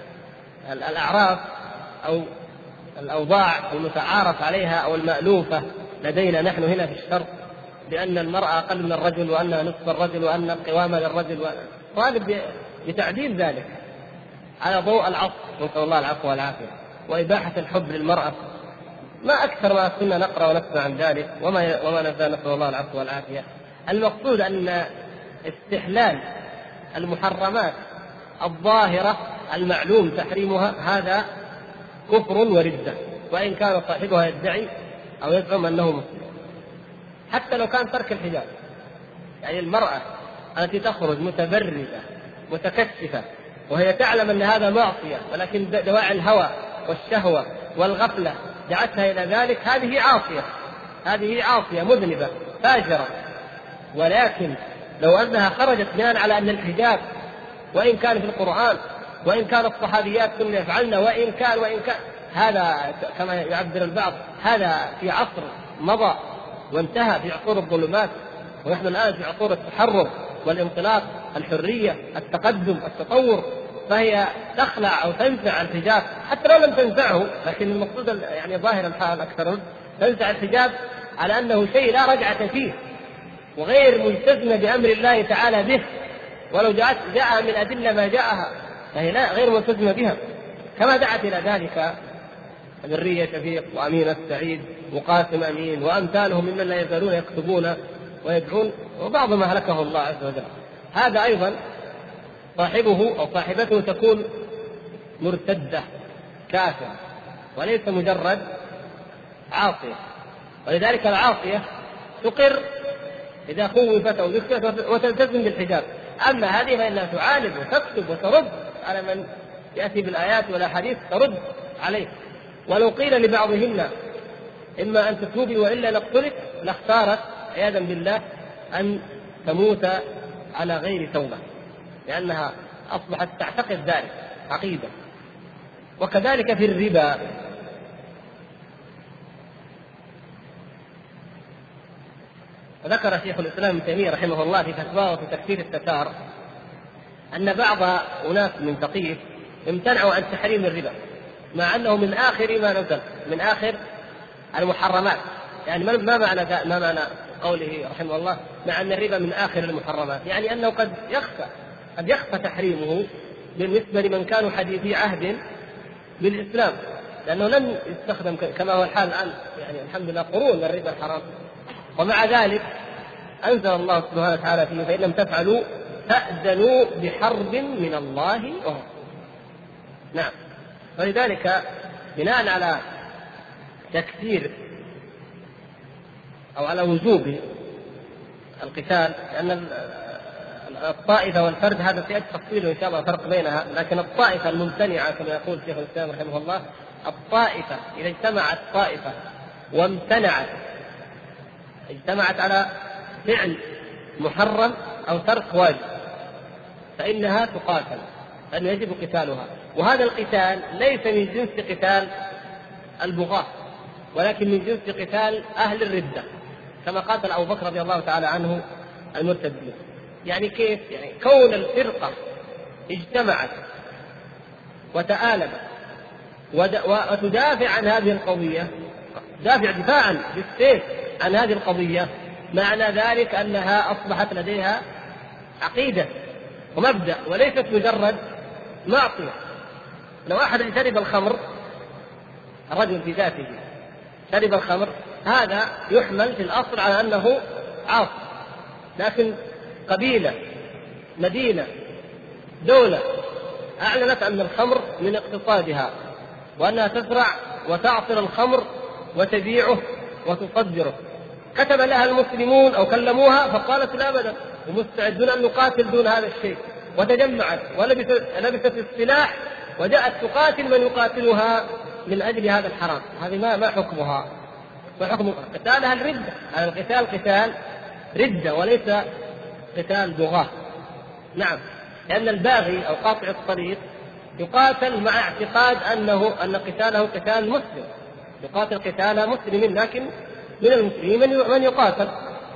S1: الأعراف أو الأوضاع المتعارف عليها أو المألوفة لدينا نحن هنا في الشرق، بأن المرأة أقل من الرجل وأنها نصف الرجل وأن القوامة للرجل، طالب بتعديل ذلك على ضوء العصر، نسأل الله العفو والعافية، وإباحة الحب للمرأة. ما أكثر ما كنا نقرأ ونسمع عن ذلك وما نزال، نسأل الله العفو والعافية. المقصود أن استحلال المحرمات الظاهرة المعلوم تحريمها هذا كفر وردة، وإن كان صاحبها يدعي أو يزعم أنه مسلم. حتى لو كان ترك الحجاب، يعني المرأة التي تخرج متبرجة متكشفة وهي تعلم أن هذا معصية، ولكن دواعي الهوى والشهوة والغفلة دعتها إلى ذلك، هذه عاصية مذنبة فاجرة. ولكن لو أنها خرجت بناء على أن الحجاب وإن كان في القرآن وإن كان الصحابيات كن يفعلن وإن كان هذا كما يعبر البعض هذا في عصر مضى وانتهى، في عصور الظلمات، ونحن الآن في عصور التحرر والانطلاق، الحرية، التقدم، التطور، فهي تخلع أو تنزع الحجاب حتى لو لم تنزعه، لكن المقصود يعني ظاهر الحال أكثر تنزع الحجاب على أنه شيء لا رجعة فيه وغير ملتزمة بأمر الله تعالى به، ولو جاءها من أدلة ما جاءها فهي غير ملتزمة بها، كما دعت إلى ذلك ذرية شفيق وأمين السعيد وقاسم أمين وأمثالهم ممن لا يزالون يكتبون ويدعون، وبعض ما هلكه الله عز وجل. هذا أيضا صاحبه أو صاحبته تكون مرتدة كافرة وليس مجرد عاصية. ولذلك العاصية تقر إذا خوفت أو ذكرت وتلتزم بالحجاب، أما هذه فإنها تعاند وتكتب وترد على من يأتي بالآيات والأحاديث، ترد عليه. ولو قيل لبعضهن إما أن تتوبي وإلا نقتلك، لاختارت عياذا بالله أن تموت على غير توبة، لأنها أصبحت تعتقد ذلك عقيدة. وكذلك في الربا، ذكر شيخ الإسلام ابن تيمية رحمه الله في فتواه في تكفير التتار أن بعض أناس من ثقيف امتنعوا عن تحريم الربا، مع أنه من آخر ما نزل، من آخر المحرمات. يعني ما معنى قوله رحمه الله مع أن الربا من آخر المحرمات؟ يعني أنه قد يخفى تحريمه بالنسبة لمن كانوا حديثي عهد بالإسلام، لأنه لم يستخدم كما هو الحال الآن، يعني الحمد لله قرون الربا الحرام. ومع ذلك أنزل الله سبحانه وتعالى فيه: فإن لم تفعلوا فأذنوا بحرب من الله وهو. نعم، ولذلك بناء على تكثير أو على وجوب القتال، لأن الطائفة والفرد هذا سيأتي تفصيله إن شاء الله فرق بينها، لكن الطائفة الممتنعة كما يقول شيخ الإسلام رحمه الله، الطائفة إذا اجتمعت طائفة وامتنعت، اجتمعت على فعل محرم أو ترك واجب، فإنها تقاتل، أن يجب قتالها. وهذا القتال ليس من جنس قتال البغاة، ولكن من جنس قتال أهل الردة، كما قاتل أبو بكر رضي الله تعالى عنه المرتدين. يعني كيف؟ يعني كون الفرقة اجتمعت وتآلمت وتدافع عن هذه القضية، دفاعا بالسيف عن هذه القضية، معنى ذلك أنها أصبحت لديها عقيدة ومبدأ، وليست مجرد معصية. لو أحد شرب الخمر، الرجل في ذاته شرب الخمر، هذا يحمل في الأصل على أنه عاصي، لكن قبيلة، مدينة، دولة أعلنت أن الخمر من اقتصادها، وأنها تزرع وتعصر الخمر وتبيعه وتصدره، كتب لها المسلمون أو كلموها فقالت لا أبدا ومستعدون أن نقاتل دون هذا الشيء، وتجمعت ولبست السلاح وجاءت تقاتل من يقاتلها من أجل هذا الحرام. هذه ما حكمها؟ وحكم قتالها الردة. هذا القتال قتال ردة وليس قتال بغاة. نعم، لأن الباغي أو قاطع الطريق يقاتل مع اعتقاد أن قتاله قتال مسلم، يقاتل قتال مسلم، لكن من المسلمين من يقاتل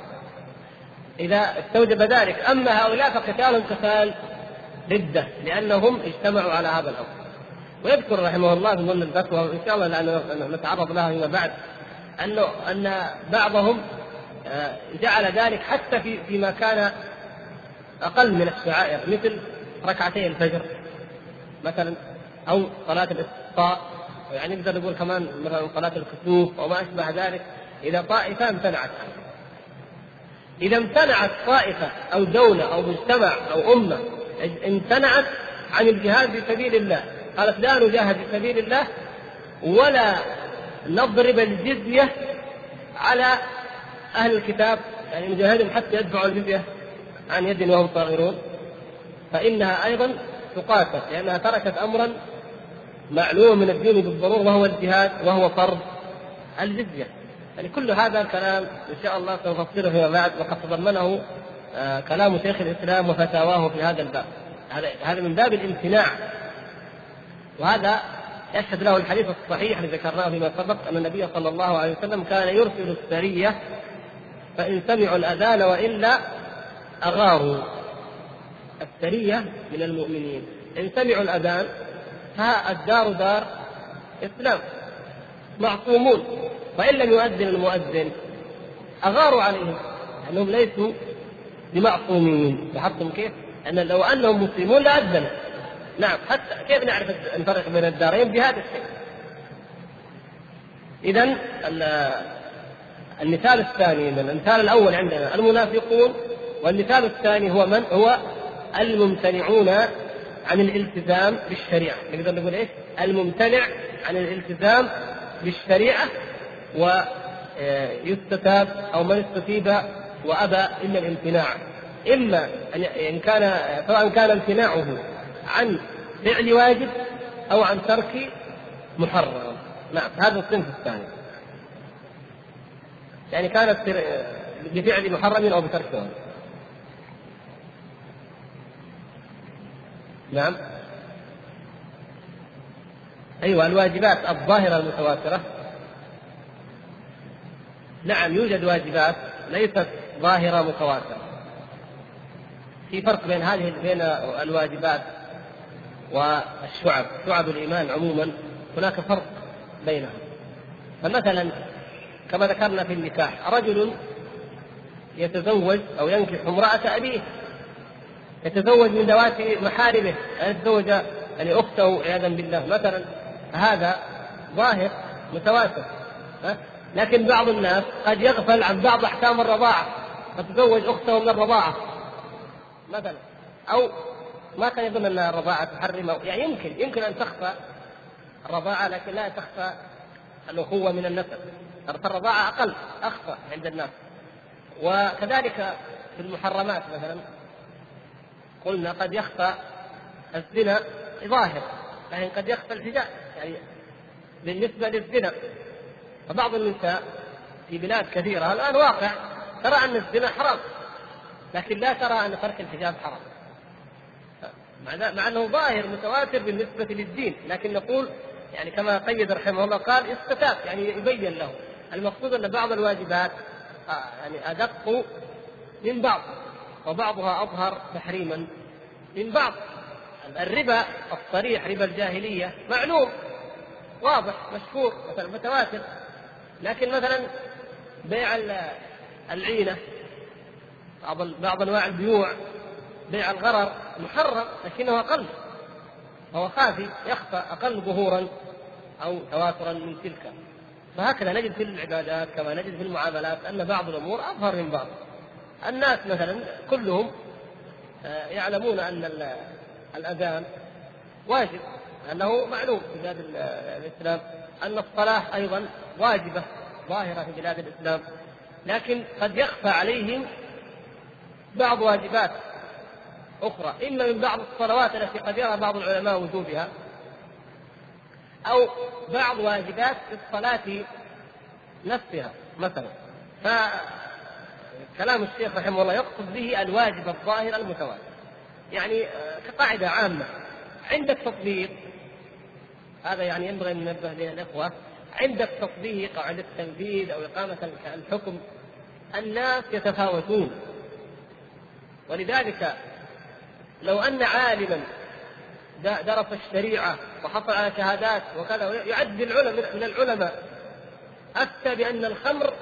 S1: إذا استوجب ذلك. أما هؤلاء فقتالهم قتال ردة، لأنهم اجتمعوا على هذا الأمر. ويذكر رحمه الله في ضمن الفتوى، وإن شاء الله لأنه نتعرض لها فيما بعد، أن بعضهم جعل ذلك حتى فيما كان أقل من الشعائر، مثل ركعتي الفجر مثلا، أو صلاة الاستسقاء، يعني نقدر نقول كمان مثلا صلاة الكسوف وما أشبه ذلك. إذا طائفة امتنعت، إذا امتنعت طائفة أو دولة أو مجتمع أو أمة امتنعت عن الجهاد في سبيل الله، قالت لا نجاهد في سبيل الله ولا نضرب الجزية على أهل الكتاب، يعني نجاهدهم حتى يدفعوا الجزية عن يد وهم صاغرون، فإنها أيضا تقاتل، لأنها تركت أمرا معلوم من الدين بالضرورة وهو الجهاد، وهو فرض الجزية. يعني كل هذا الكلام إن شاء الله سنفصله فيما بعد، وقد تضمنه كلام شيخ الإسلام وفتاواه في هذا الباب. هذا من باب الامتناع، وهذا يشهد له الحديث الصحيح الذي ذكرناه فيما سبق، أن النبي صلى الله عليه وسلم كان يرسل السرية فإن سمعوا الأذان وإلا أغاروا. السرية من المؤمنين، إن سمعوا الأذان فالدار دار إسلام معصومون، وإن لم يؤذن المؤذن أغاروا عليهم، لأنهم ليسوا بمعصومين. لاحظتم كيف؟ أن لو أنهم مسلمون لأذنوا. نعم، حتى كيف نعرف نفرق بين الدارين؟ بهذا الشيء. إذن المثال الثاني، من المثال الأول عندنا المنافقون، والمثال الثاني هو من؟ هو الممتنعون عن الالتزام بالشريعة. نقدر نقول إيش؟ الممتنع عن الالتزام بالشريعة، ويستتاب أو من استتيب وأبى إلا الامتناع، إما إن كان سواء كان امتناعه عن فعل واجب أو عن ترك محرم. نعم، هذا الصنف الثاني، يعني كانت بفعل محرم أو بترك واجب. نعم، أيوة، الواجبات الظاهرة المتواترة. نعم، يوجد واجبات ليست ظاهرة متواترة. في فرق بين بين الواجبات والشعب، شعب الإيمان عموما هناك فرق بينهم. فمثلا كما ذكرنا في النكاح، رجل يتزوج أو ينكح امرأة أبيه، يتزوج من ذوات محارمه، يتزوج يعني أخته عياذا بالله مثلا، هذا ظاهر متواتر. لكن بعض الناس قد يغفل عن بعض أحكام الرضاعة، فتزوج أخته من الرضاعة مثلا، أو ما كان يظن أن الرضاعة تحرم، يعني يمكن أن تخفى الرضاعة، لكن لا تخفى الأخوة من النسب. الرضاعة أقل أخفى عند الناس. وكذلك في المحرمات مثلا قلنا قد يخفى الزنا ظاهر، لكن قد يخفى الحجاب يعني بالنسبة للزنا. فبعض النساء في بلاد كثيرة الآن واقع ترى أن الزنا حرام، لكن لا ترى أن ترك الحجاب حرام، مع أنه ظاهر متواتر بالنسبة للدين. لكن نقول يعني كما قيد رحمه الله قال استتاب، يعني يبين له. المقصود أن بعض الواجبات يعني أدق من بعض، وبعضها أظهر تحريما من بعض. الربا الصريح ربا الجاهلية معلوم واضح مشهور مثلا متواتر، لكن مثلا بيع العينة بعض أنواع البيوع، بيع الغرر محرم لكنه أقل، هو خافي يخفى أقل ظهورا أو تواترا من تلك. فهكذا نجد في العبادات كما نجد في المعاملات أن بعض الأمور أظهر من بعض. الناس مثلا كلهم يعلمون أن الأذان واجب، أنه معلوم في بلاد الإسلام، أن الصلاة أيضا واجبة ظاهرة في بلاد الإسلام، لكن قد يخفى عليهم بعض واجبات أخرى، إما من بعض الصلوات التي قد يرى بعض العلماء وجوبها، أو بعض واجبات الصلاة نفسها مثلا. فكلام الشيخ رحمه الله يقصد به الواجب الظاهر المتواتر، يعني كقاعدة عامة عند التطبيق. هذا يعني ينبغي أن ننبه له الإخوة، عند التطبيق أو عند التنفيذ أو إقامة الحكم الناس يتفاوتون. ولذلك لو أن عالما درس الشريعة وحصل على شهادات وكذا يعد من العلماء أفتى بأن الخمر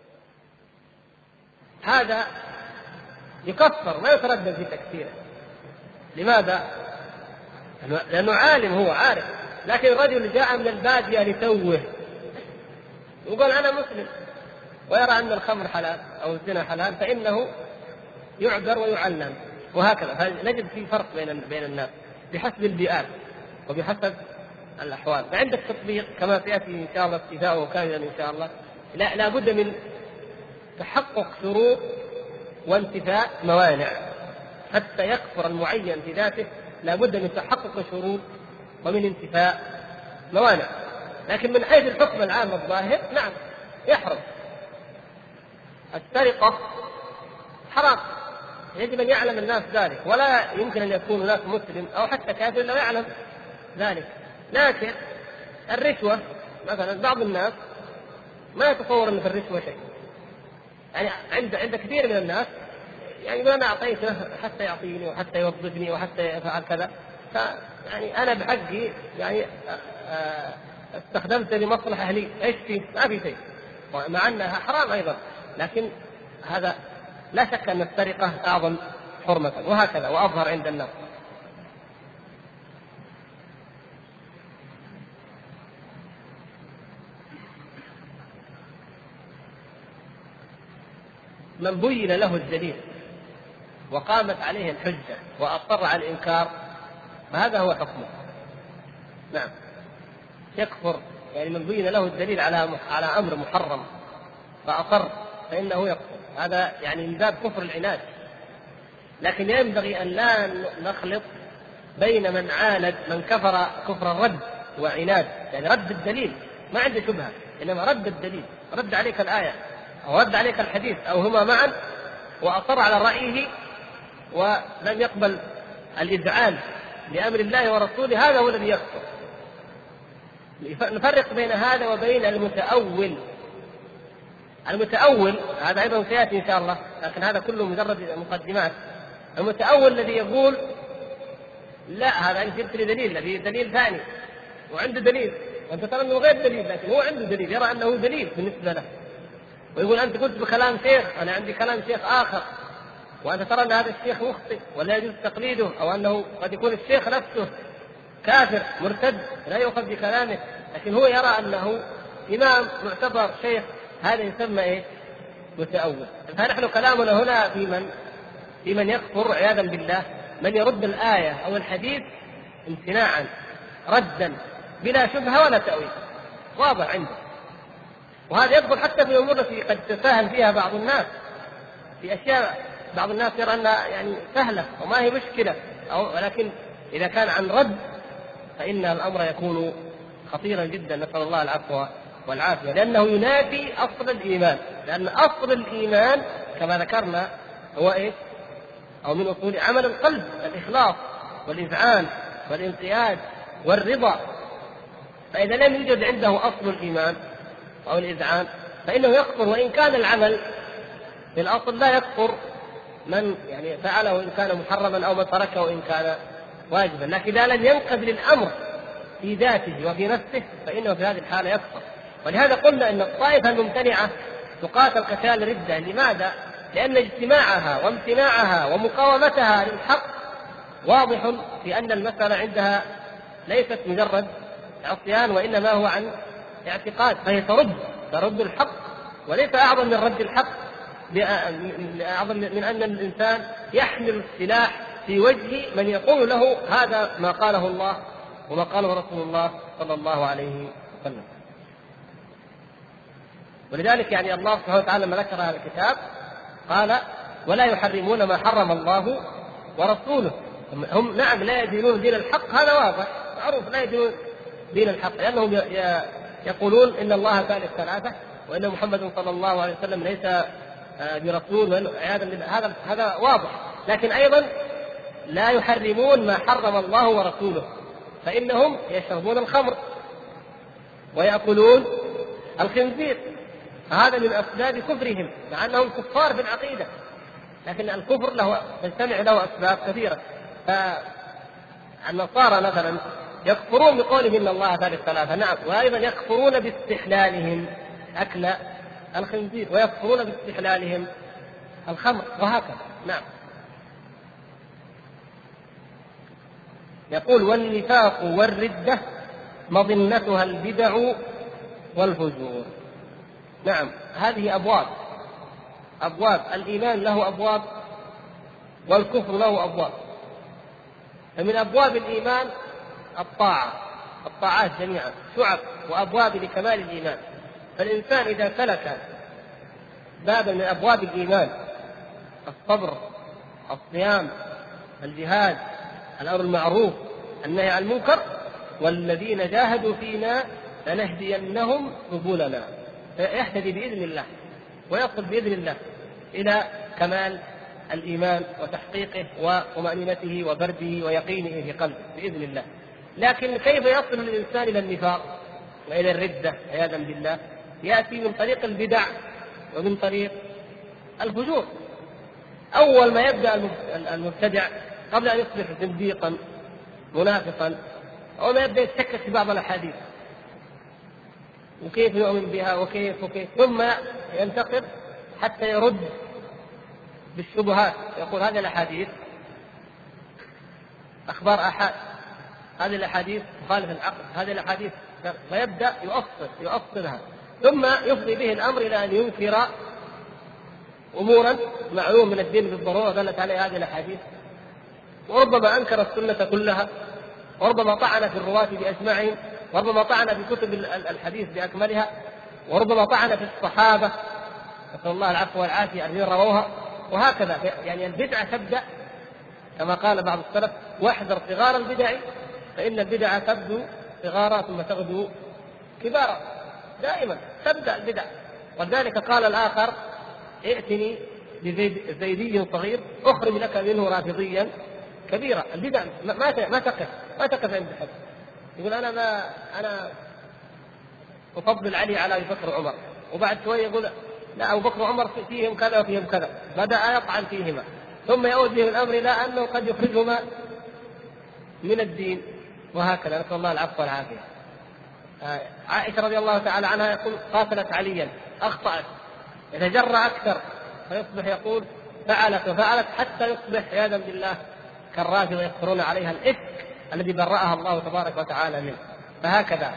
S1: هذا يكفر ما يتردد في تكفيره. لماذا؟ لأنه عالم، هو عارف. لكن الرجل جاء من البادية لتوه وقال أنا مسلم ويرى أن الخمر حلال أو الزنا حلال، فإنه يعذر ويعلم. وهكذا فنجد في فرق بين الناس بحسب البيئات وبحسب الأحوال. فعند التطبيق كما سيأتي إن شاء الله ابتداؤه كاملا إن شاء الله لا بد من تحقق شروط وانتفاء موانع. حتى يكفر المعين في ذاته لا بد من تحقق شروط ومن انتفاء موانع. لكن من حيث الحكم العام الظاهر نعم يحرم. السرقة حرام، يجب أن يعلم الناس ذلك، ولا يمكن أن يكون هناك مسلم أو حتى كافر لا يعلم ذلك. لكن الرشوة مثلا بعض الناس ما يتصور أن في الرشوة شيء، يعني عند كثير من الناس يعني أنا أعطيته حتى يعطيني وحتى يوظفني وحتى يفعل كذا، يعني أنا بحقي يعني استخدمت لمصلحة لي، إيش فيه؟ ما في شيء، مع أنها حرام أيضا. لكن هذا لا شك أن السرقة أعظم حرمة، وهكذا وأظهر عند الناس. من بين له الدليل وقامت عليه الحجة وأصر على الإنكار فهذا هو حكمه. نعم يكفر، يعني من بين له الدليل على أمر محرم فأصر فإنه يكفر، هذا يعني من باب كفر العناد. لكن ينبغي أن لا نخلط بين من عاند من كفر كفر الرد وعناد، يعني رد الدليل ما عنده شبهة، إنما رد الدليل، رد عليك الآية أو رد عليك الحديث أو هما معا وأصر على رأيه ولم يقبل الإذعان لأمر الله ورسوله، هذا هو الذي يكفر. نفرق بين هذا وبين المتأول هذا أيضا سيأتي إن شاء الله، لكن هذا كله مجرد مقدمات. المتأول الذي يقول لا هذا أنت جبت لي دليل، في دليل ثاني وعنده دليل وأنت ترى أنه غير دليل، لكن هو عنده دليل يرى أنه دليل بالنسبة له، ويقول أنت قلت بكلام شيخ أنا عندي كلام شيخ آخر، وأنت ترى أن هذا الشيخ مخطئ ولا يجوز تقليده، أو أنه قد يكون الشيخ نفسه كافر مرتد لا يؤخذ بكلامه، لكن هو يرى أنه إمام معتبر شيخ، هذا يسمى إيه؟ متأول. فنحن كلامنا هنا في من يكفر عياذا بالله، من يرد الآية أو الحديث امتناعا ردا بلا شبهة ولا تأويل، واضح عنده. وهذا يدخل حتى في الأمور التي قد تساهل فيها بعض الناس، في أشياء بعض الناس يرى أنها يعني سهلة وما هي مشكلة، ولكن إذا كان عن رد فإن الأمر يكون خطيرا جدا، نسأل الله العفو والعافية، لأنه ينافي أصل الإيمان. لأن أصل الإيمان كما ذكرنا هو إيه؟ أو من أصول عمل القلب الإخلاص والإذعان والانقياد والرضا. فإذا لم يوجد عنده أصل الإيمان أو الإذعان فإنه يكفر، وإن كان العمل في الأصل لا يكفر من يعني فعله إن كان محرما أو من تركه إن كان واجبا، لكن إذا لم ينقذ للأمر في ذاته وفي نفسه فإنه في هذه الحالة يكفر. ولهذا قلنا أن الطائفة الممتنعة تقاتل قتال ردة. لماذا؟ لأن اجتماعها وامتناعها ومقاومتها للحق واضح في أن المسألة عندها ليست مجرد عصيان، وإنما هو عن اعتقاد، فهي ترد الحق، وليس أعظم من رد الحق أعظم من أن الإنسان يحمل السلاح في وجه من يقول له هذا ما قاله الله وما قاله رسول الله صلى الله عليه وسلم. ولذلك يعني الله سبحانه وتعالى لما ذكر هذا الكتاب قال ولا يحرمون ما حرم الله ورسوله. هم نعم لا يدينون دين الحق، هذا واضح معروف، لا يدينون دين الحق، لأنهم يقولون إن الله ثالث ثلاثة وإن محمد صلى الله عليه وسلم ليس برسول، هذا واضح. لكن أيضا لا يحرمون ما حرم الله ورسوله، فإنهم يشربون الخمر ويأكلون الخنزير، فهذا من أسباب كفرهم مع أنهم كفار في العقيدة، لكن الكفر له تجتمع له أسباب كثيرة. فالنصارى مثلا يكفرون بقولهم إن الله ثالث ثلاثة، نعم، وأيضا يكفرون باستحلالهم أكل الخنزير ويكفرون باستحلالهم الخمر وهكذا. نعم. يقول والنفاق والردة مظنتها البدع والفجور. نعم، هذه أبواب الإيمان له أبواب والكفر له أبواب. فمن أبواب الإيمان الطاعات جميعا شعب وأبواب لكمال الإيمان. فالإنسان إذا سلك بابا من أبواب الإيمان، الصبر، الصيام، الجهاد، الأمر المعروف، النهي عن المنكر، والذين جاهدوا فينا لنهدينهم سبلنا، يهتدي بإذن الله ويصل بإذن الله إلى كمال الإيمان وتحقيقه وطمأنينته وبرده ويقينه في قلبه بإذن الله. لكن كيف يصل الإنسان إلى النفاق وإلى الردة عياذا بالله؟ يأتي من طريق البدع ومن طريق الفجور. أول ما يبدأ المبتدع قبل أن يصبح زنديقا منافقا، أول ما يبدأ يتشكك في بعض الأحاديث وكيف يؤمن بها وكيف ثم ينتقد حتى يرد بالشبهات، يقول هذه الأحاديث أخبار آحاد، هذه الأحاديث مخالف العقل، هذه الأحاديث، فيبدأ يؤصلها ثم يفضي به الأمر إلى أن ينكر أمورا معلوم من الدين بالضرورة دلت عليها هذه الأحاديث، وربما أنكر السنة كلها، وربما طعن في الرواة بأجمعهم، وربما طعن في كتب الحديث بأكملها، وربما طعن في الصحابة نسأل الله العفو والعافية الذين رووها، وهكذا. يعني البدعة تبدأ كما قال بعض السلف واحذر صغار البدع فإن البدع تبدو صغارا ثم تغدو كبارا، دائما تبدأ البدع. ولذلك قال الآخر ائتني بزيدي صغير أخرج لك منه رافضيا كبيرا. البدع ما تقف عند حد، يقول أنا أفضل علي على أبي بكر وعمر، وبعد شوية يقول لا أبو بكر وعمر فيهم كذا وفيهم كذا، بدأ يطعن فيهما، ثم يعود بهم الأمر إلى أنه قد يخرجهما من الدين، وهكذا. نسأل الله العفو والعافية. عائشة رضي الله تعالى عنها يقول قاتلت عليا، أخطأت، يتجرأ أكثر فيصبح يقول فعلت وفعلت، حتى يصبح عياذا بالله كالرافضة يذكرون عليها الإفك الذي برأها الله تبارك وتعالى منه. فهكذا.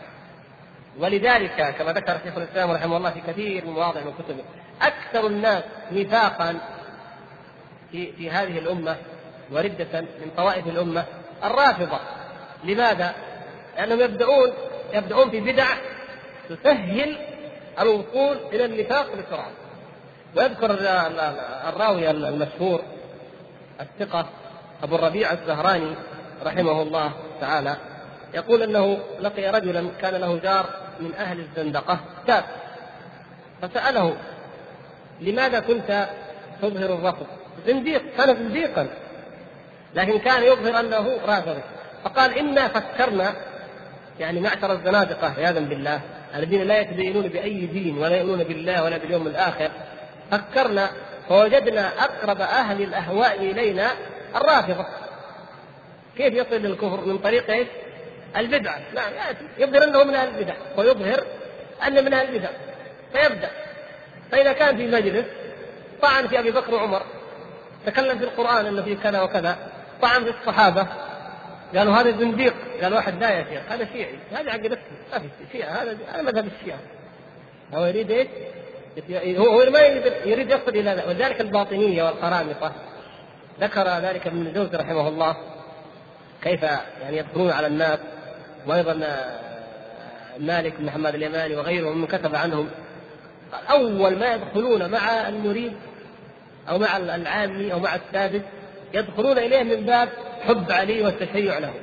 S1: ولذلك كما ذكر شيخ الإسلام رحمه الله في كثير من مواضع من كتبه أكثر الناس نفاقا في هذه الأمة وردة من طوائف الأمة الرافضة. لماذا؟ لأنهم يبدأون في بدع تسهل الوصول إلى النفاق بسرعة. ويذكر الراوي المشهور الثقة أبو الربيع الزهراني رحمه الله تعالى يقول أنه لقي رجلا كان له جار من أهل الزندقة شاب، فسأله: لماذا كنت تظهر الرفض؟ زنديق، كان زنديقا لكن كان يظهر أنه رافض. فقال: إنا فكرنا، يعني معشر الزنادقة عياذا بالله الذين لا يتدينون بأي دين ولا يؤمنون بالله ولا باليوم الآخر، فكرنا فوجدنا أقرب أهل الأهواء إلينا الرافضة. كيف يصل للكفر؟ من طريق إيش؟ البدعة. لا يظهر أنه من أهل البدع ويظهر أن من أهل البدع، فيبدأ. فإذا كان في مجلس طعن في أبي بكر وعمر، تكلم في القرآن أنه في كذا وكذا، طعن في الصحابة، قالوا هذا زنديق. قال واحد: لا يا شيخ، هذا شيعي، هذا عقيدته، ما في شيعة، هذا مذهب الشيعة. هو يريد ايش؟ هو ما يريد يصل الى ذلك. وذلك الباطنية والقرامطة ذكر ذلك ابن الجوزي رحمه الله كيف يعني يدخلون على الناس، وايضا مالك بن محمد اليماني وغيرهم من كتب عنهم. اول ما يدخلون مع المريد او مع العامي او مع السادس يدخلون اليه من باب حب علي والتشيع له،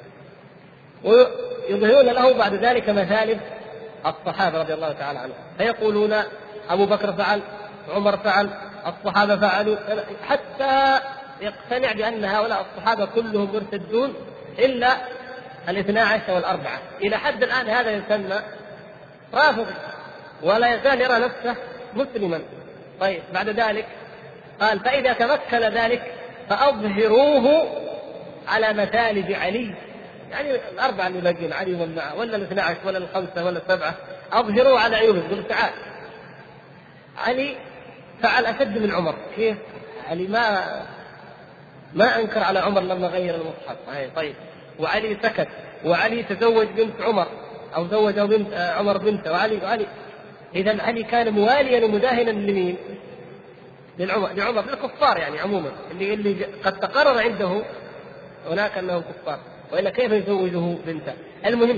S1: ويظهرون له بعد ذلك مثالب الصحابة رضي الله تعالى عنهم، فيقولون: أبو بكر فعل، عمر فعل، الصحابة فعلوا، حتى يقتنع بأن هؤلاء الصحابة كلهم مرتدون إلا 12 والأربعة. إلى حد الآن هذا يسمى رافض ولا يزال يرى نفسه مسلما. طيب بعد ذلك قال: فإذا تمكن ذلك فأظهروه على مثالب علي، يعني الأربعة اللي باقين، علي ومن معه، ولا 12 ولا 5 ولا 7، أظهروه على عيوبه. يقول: تعال علي فعل أشد من عمر. كيف؟ علي ما أنكر على عمر لما غير المصحف. طيب، وعلي سكت، وعلي تزوج بنت عمر أو زوج بنت عمر بنته، وعلي إذا علي كان مواليا ومداهنا لمين؟ لعمر، للكفار يعني عموما، اللي قد تقرر عنده هناك أنهم كفار، وإلا كيف يزوجه بنته؟ المهم،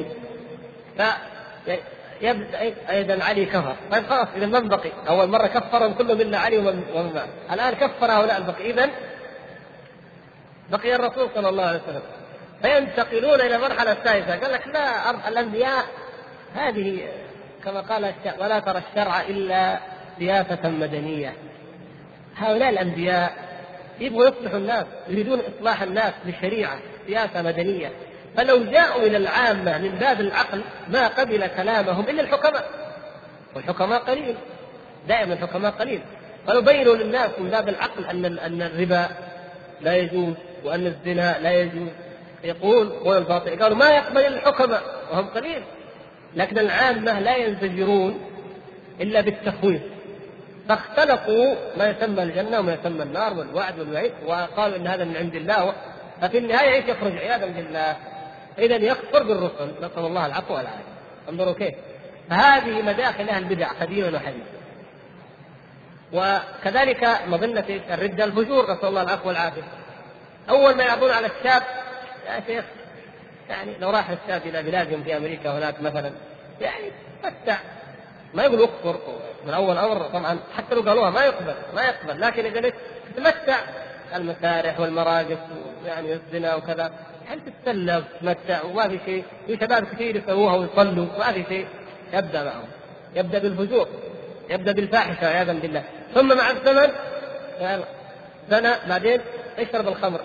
S1: يبدأ أيضا علي كفر. طيب خلاص، إذا من بقي؟ أول مرة كفرهم كلهم إلا علي ومن معه، الآن كفر هؤلاء البقي، إذن بقي الرسول صلى الله عليه وسلم. فينتقلون إلى مرحلة الثالثة، قال لك: لا، الأنبياء هذه كما قال ولا ترى الشرع إلا سياسة مدنية. هؤلاء الأنبياء يبغوا يصلحوا الناس، يريدون إصلاح الناس بالشريعة، سياسة مدنية. فلو جاءوا إلى العامة من باب العقل ما قبل كلامهم إلا الحكماء، والحكماء قليل، دائما الحكماء قليل. فلو بينوا للناس من باب العقل أن الربا لا يجوز وأن الزنا لا يجوز، يقول قول الباطل، قالوا ما يقبل الحكماء وهم قليل. لكن العامة لا ينزجرون إلا بالتخويف، فاختلقوا ما يسمى الجنة وما يسمى النار والوعد والوعيد، وقالوا إن هذا من عند الله، ففي النهاية يخرج عياذا بالله. إذن يكفر بالرسل، نسأل الله العفو والعافية. انظروا كيف. فهذه مداخل أهل البدع قديما وحديثا. وكذلك مظنة الردة الفجور، نسأل الله العفو والعافية. أول ما يعرضون على الشاب: يا شيخ، يعني لو راح الشاب إلى بلادهم في أمريكا هناك مثلا، يعني متع، ما يقول اكفر من أول أمر طبعا، حتى لو قالوها ما يقبل، لكن إذا تمتع المسارح والمراقص يعني الزنا وكذا، هل تتسلى وتتمتع وما في شيء، في شباب كثير يسووها ويصلوا ما في شيء، يبدأ معهم، يبدأ بالفجور، يبدأ بالفاحشة عياذا بالله. ثم مع الزمن سنة بعدين يشرب الخمر.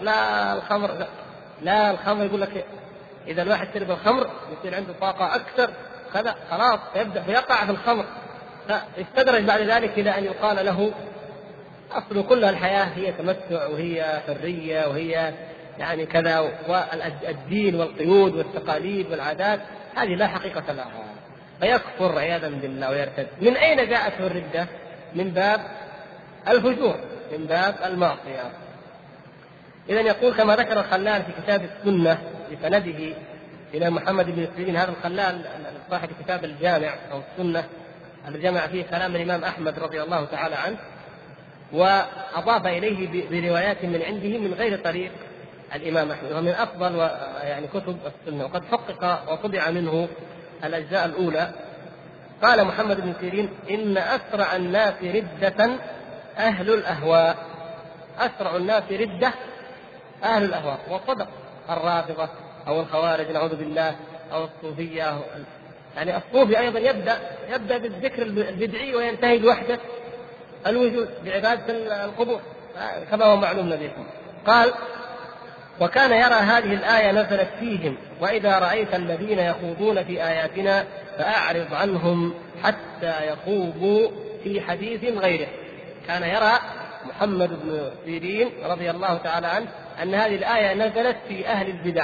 S1: لا الخمر يقول لك إذا الواحد شرب الخمر يصير عنده طاقة أكثر كذا، خلاص يبدأ يقع في الخمر، فاستدرج بعد ذلك إلى أن يقال له: أصل كل الحياة هي تمتع وهي حرية وهي يعني كذا، والدين والقيود والتقاليد والعادات هذه لا حقيقة لها، فيكفر عياذا بالله ويرتد. من أين جاءته الردة؟ من باب الفجور، من باب المعصية. إذن يقول كما ذكر الخلال في كتاب السنة بسنده إلى محمد بن سيرين، هذا الخلال صاحب كتاب الجامع أو السنة الذي جمع فيه كلام الإمام أحمد رضي الله تعالى عنه، وأضاف إليه بروايات من عنده من غير طريق الإمام أحمد، ومن أفضل يعني كتب السنة، وقد حقق وطبع منه الأجزاء الأولى. قال محمد بن سيرين: إن أسرع الناس ردة أهل الأهواء. أسرع الناس ردة أهل الأهواء. وصدق. الرافضة أو الخوارج نعوذ بالله أو الصوفية، يعني الصوفي أيضا يبدأ بالذكر البدعي وينتهي بوحدة الوجود بعبادة القبور كما هو معلوم لديكم. قال: وكان يرى هذه الآية نزلت فيهم: وإذا رأيت الذين يخوضون في آياتنا فأعرض عنهم حتى يخوضوا في حديث غيره. كان يرى محمد بن سيرين رضي الله تعالى عنه أن هذه الآية نزلت في أهل البدع.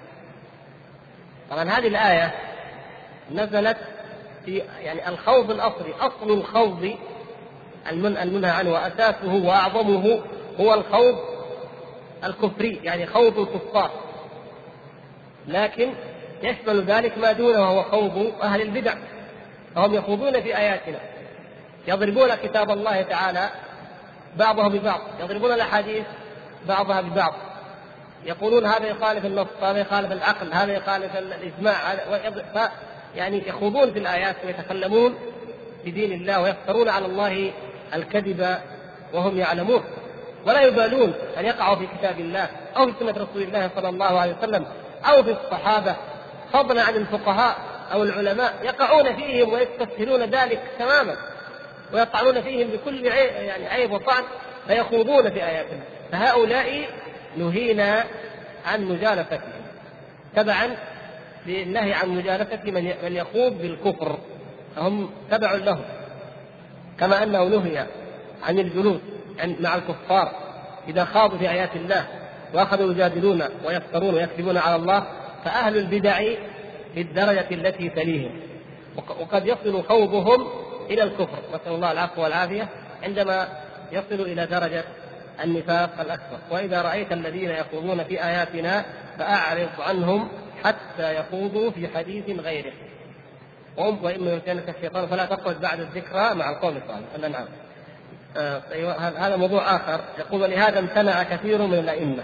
S1: طبعا هذه الآية نزلت في يعني الخوض الأصلي، أصل الخوض المنهى عنه وأساسه وأعظمه هو الخوض الكفري، يعني خوض الكفار، لكن يشمل ذلك ما دونه وهو خوض أهل البدع. فهم يخوضون في آياتنا، يضربون كتاب الله تعالى بعضها ببعض، يضربون الأحاديث بعضها ببعض، يقولون هذا يخالف النص، هذا يخالف العقل، هذا يخالف الإجماع، يعني يخوضون في الآيات ويتكلمون بدين الله ويفترون على الله الكذب وهم يعلمون، ولا يبالون أن يقعوا في كتاب الله أو في سنة رسول الله صلى الله عليه وسلم أو في الصحابة، فضلا عن الفقهاء أو العلماء، يقعون فيهم ويستسهلون ذلك تماما ويطعنون فيهم بكل عيب وطعن، فيخوضون في آياتنا. فهؤلاء نهينا عن مجالستهم تبعا للنهي عن مجالسة من يخوض بالكفر، فهم تبع له، كما أنه نهي عن الجلوس مع الكفار إذا خاضوا في آيات الله وأخذوا يجادلون ويفترون ويكذبون على الله، فأهل البدع في الدرجة التي تليهم، وقد يصل خوضهم إلى الكفر، نسأل الله العفو والعافية، عندما يصل إلى درجة النفاق الأكبر. وإذا رأيت الذين يخوضون في آياتنا فأعرض عنهم حتى يخوضوا في حديث غيره، وإما يمكنك الشيطان فلا تقعد بعد الذكرى مع القوم الصالح. الأنعام. هذا موضوع آخر. يقول: ولهذا امتنع كثير من الأئمة.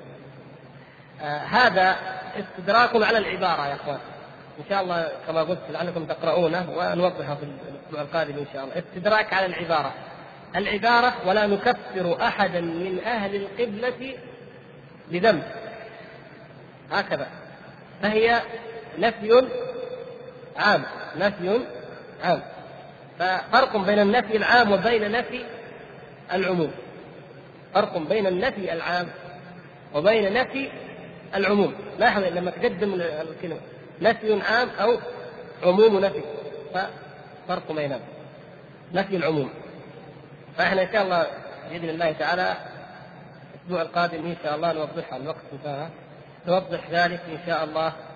S1: هذا استدراك على العبارة يا أخوان، إن شاء الله كما قلت لعلكم تقرؤونه ونوضحه في الأسبوع القادم إن شاء الله. استدراك على العبارة: ولا نكفر أحدا من أهل القبلة بذنب، هكذا، فهي نفي عام. ففرق بين النفي العام وبين نفي العموم، فرق بين النفي العام وبين نفي العموم. لاحظ لما تقدم الكلمة نفي عام أو عموم نفي، ففرق بينهم نفي العموم. فإحنا إن شاء الله بإذن الله تعالى الأسبوع القادم إن شاء الله نوضحها، الوقت انتهى، نوضح ذلك إن شاء الله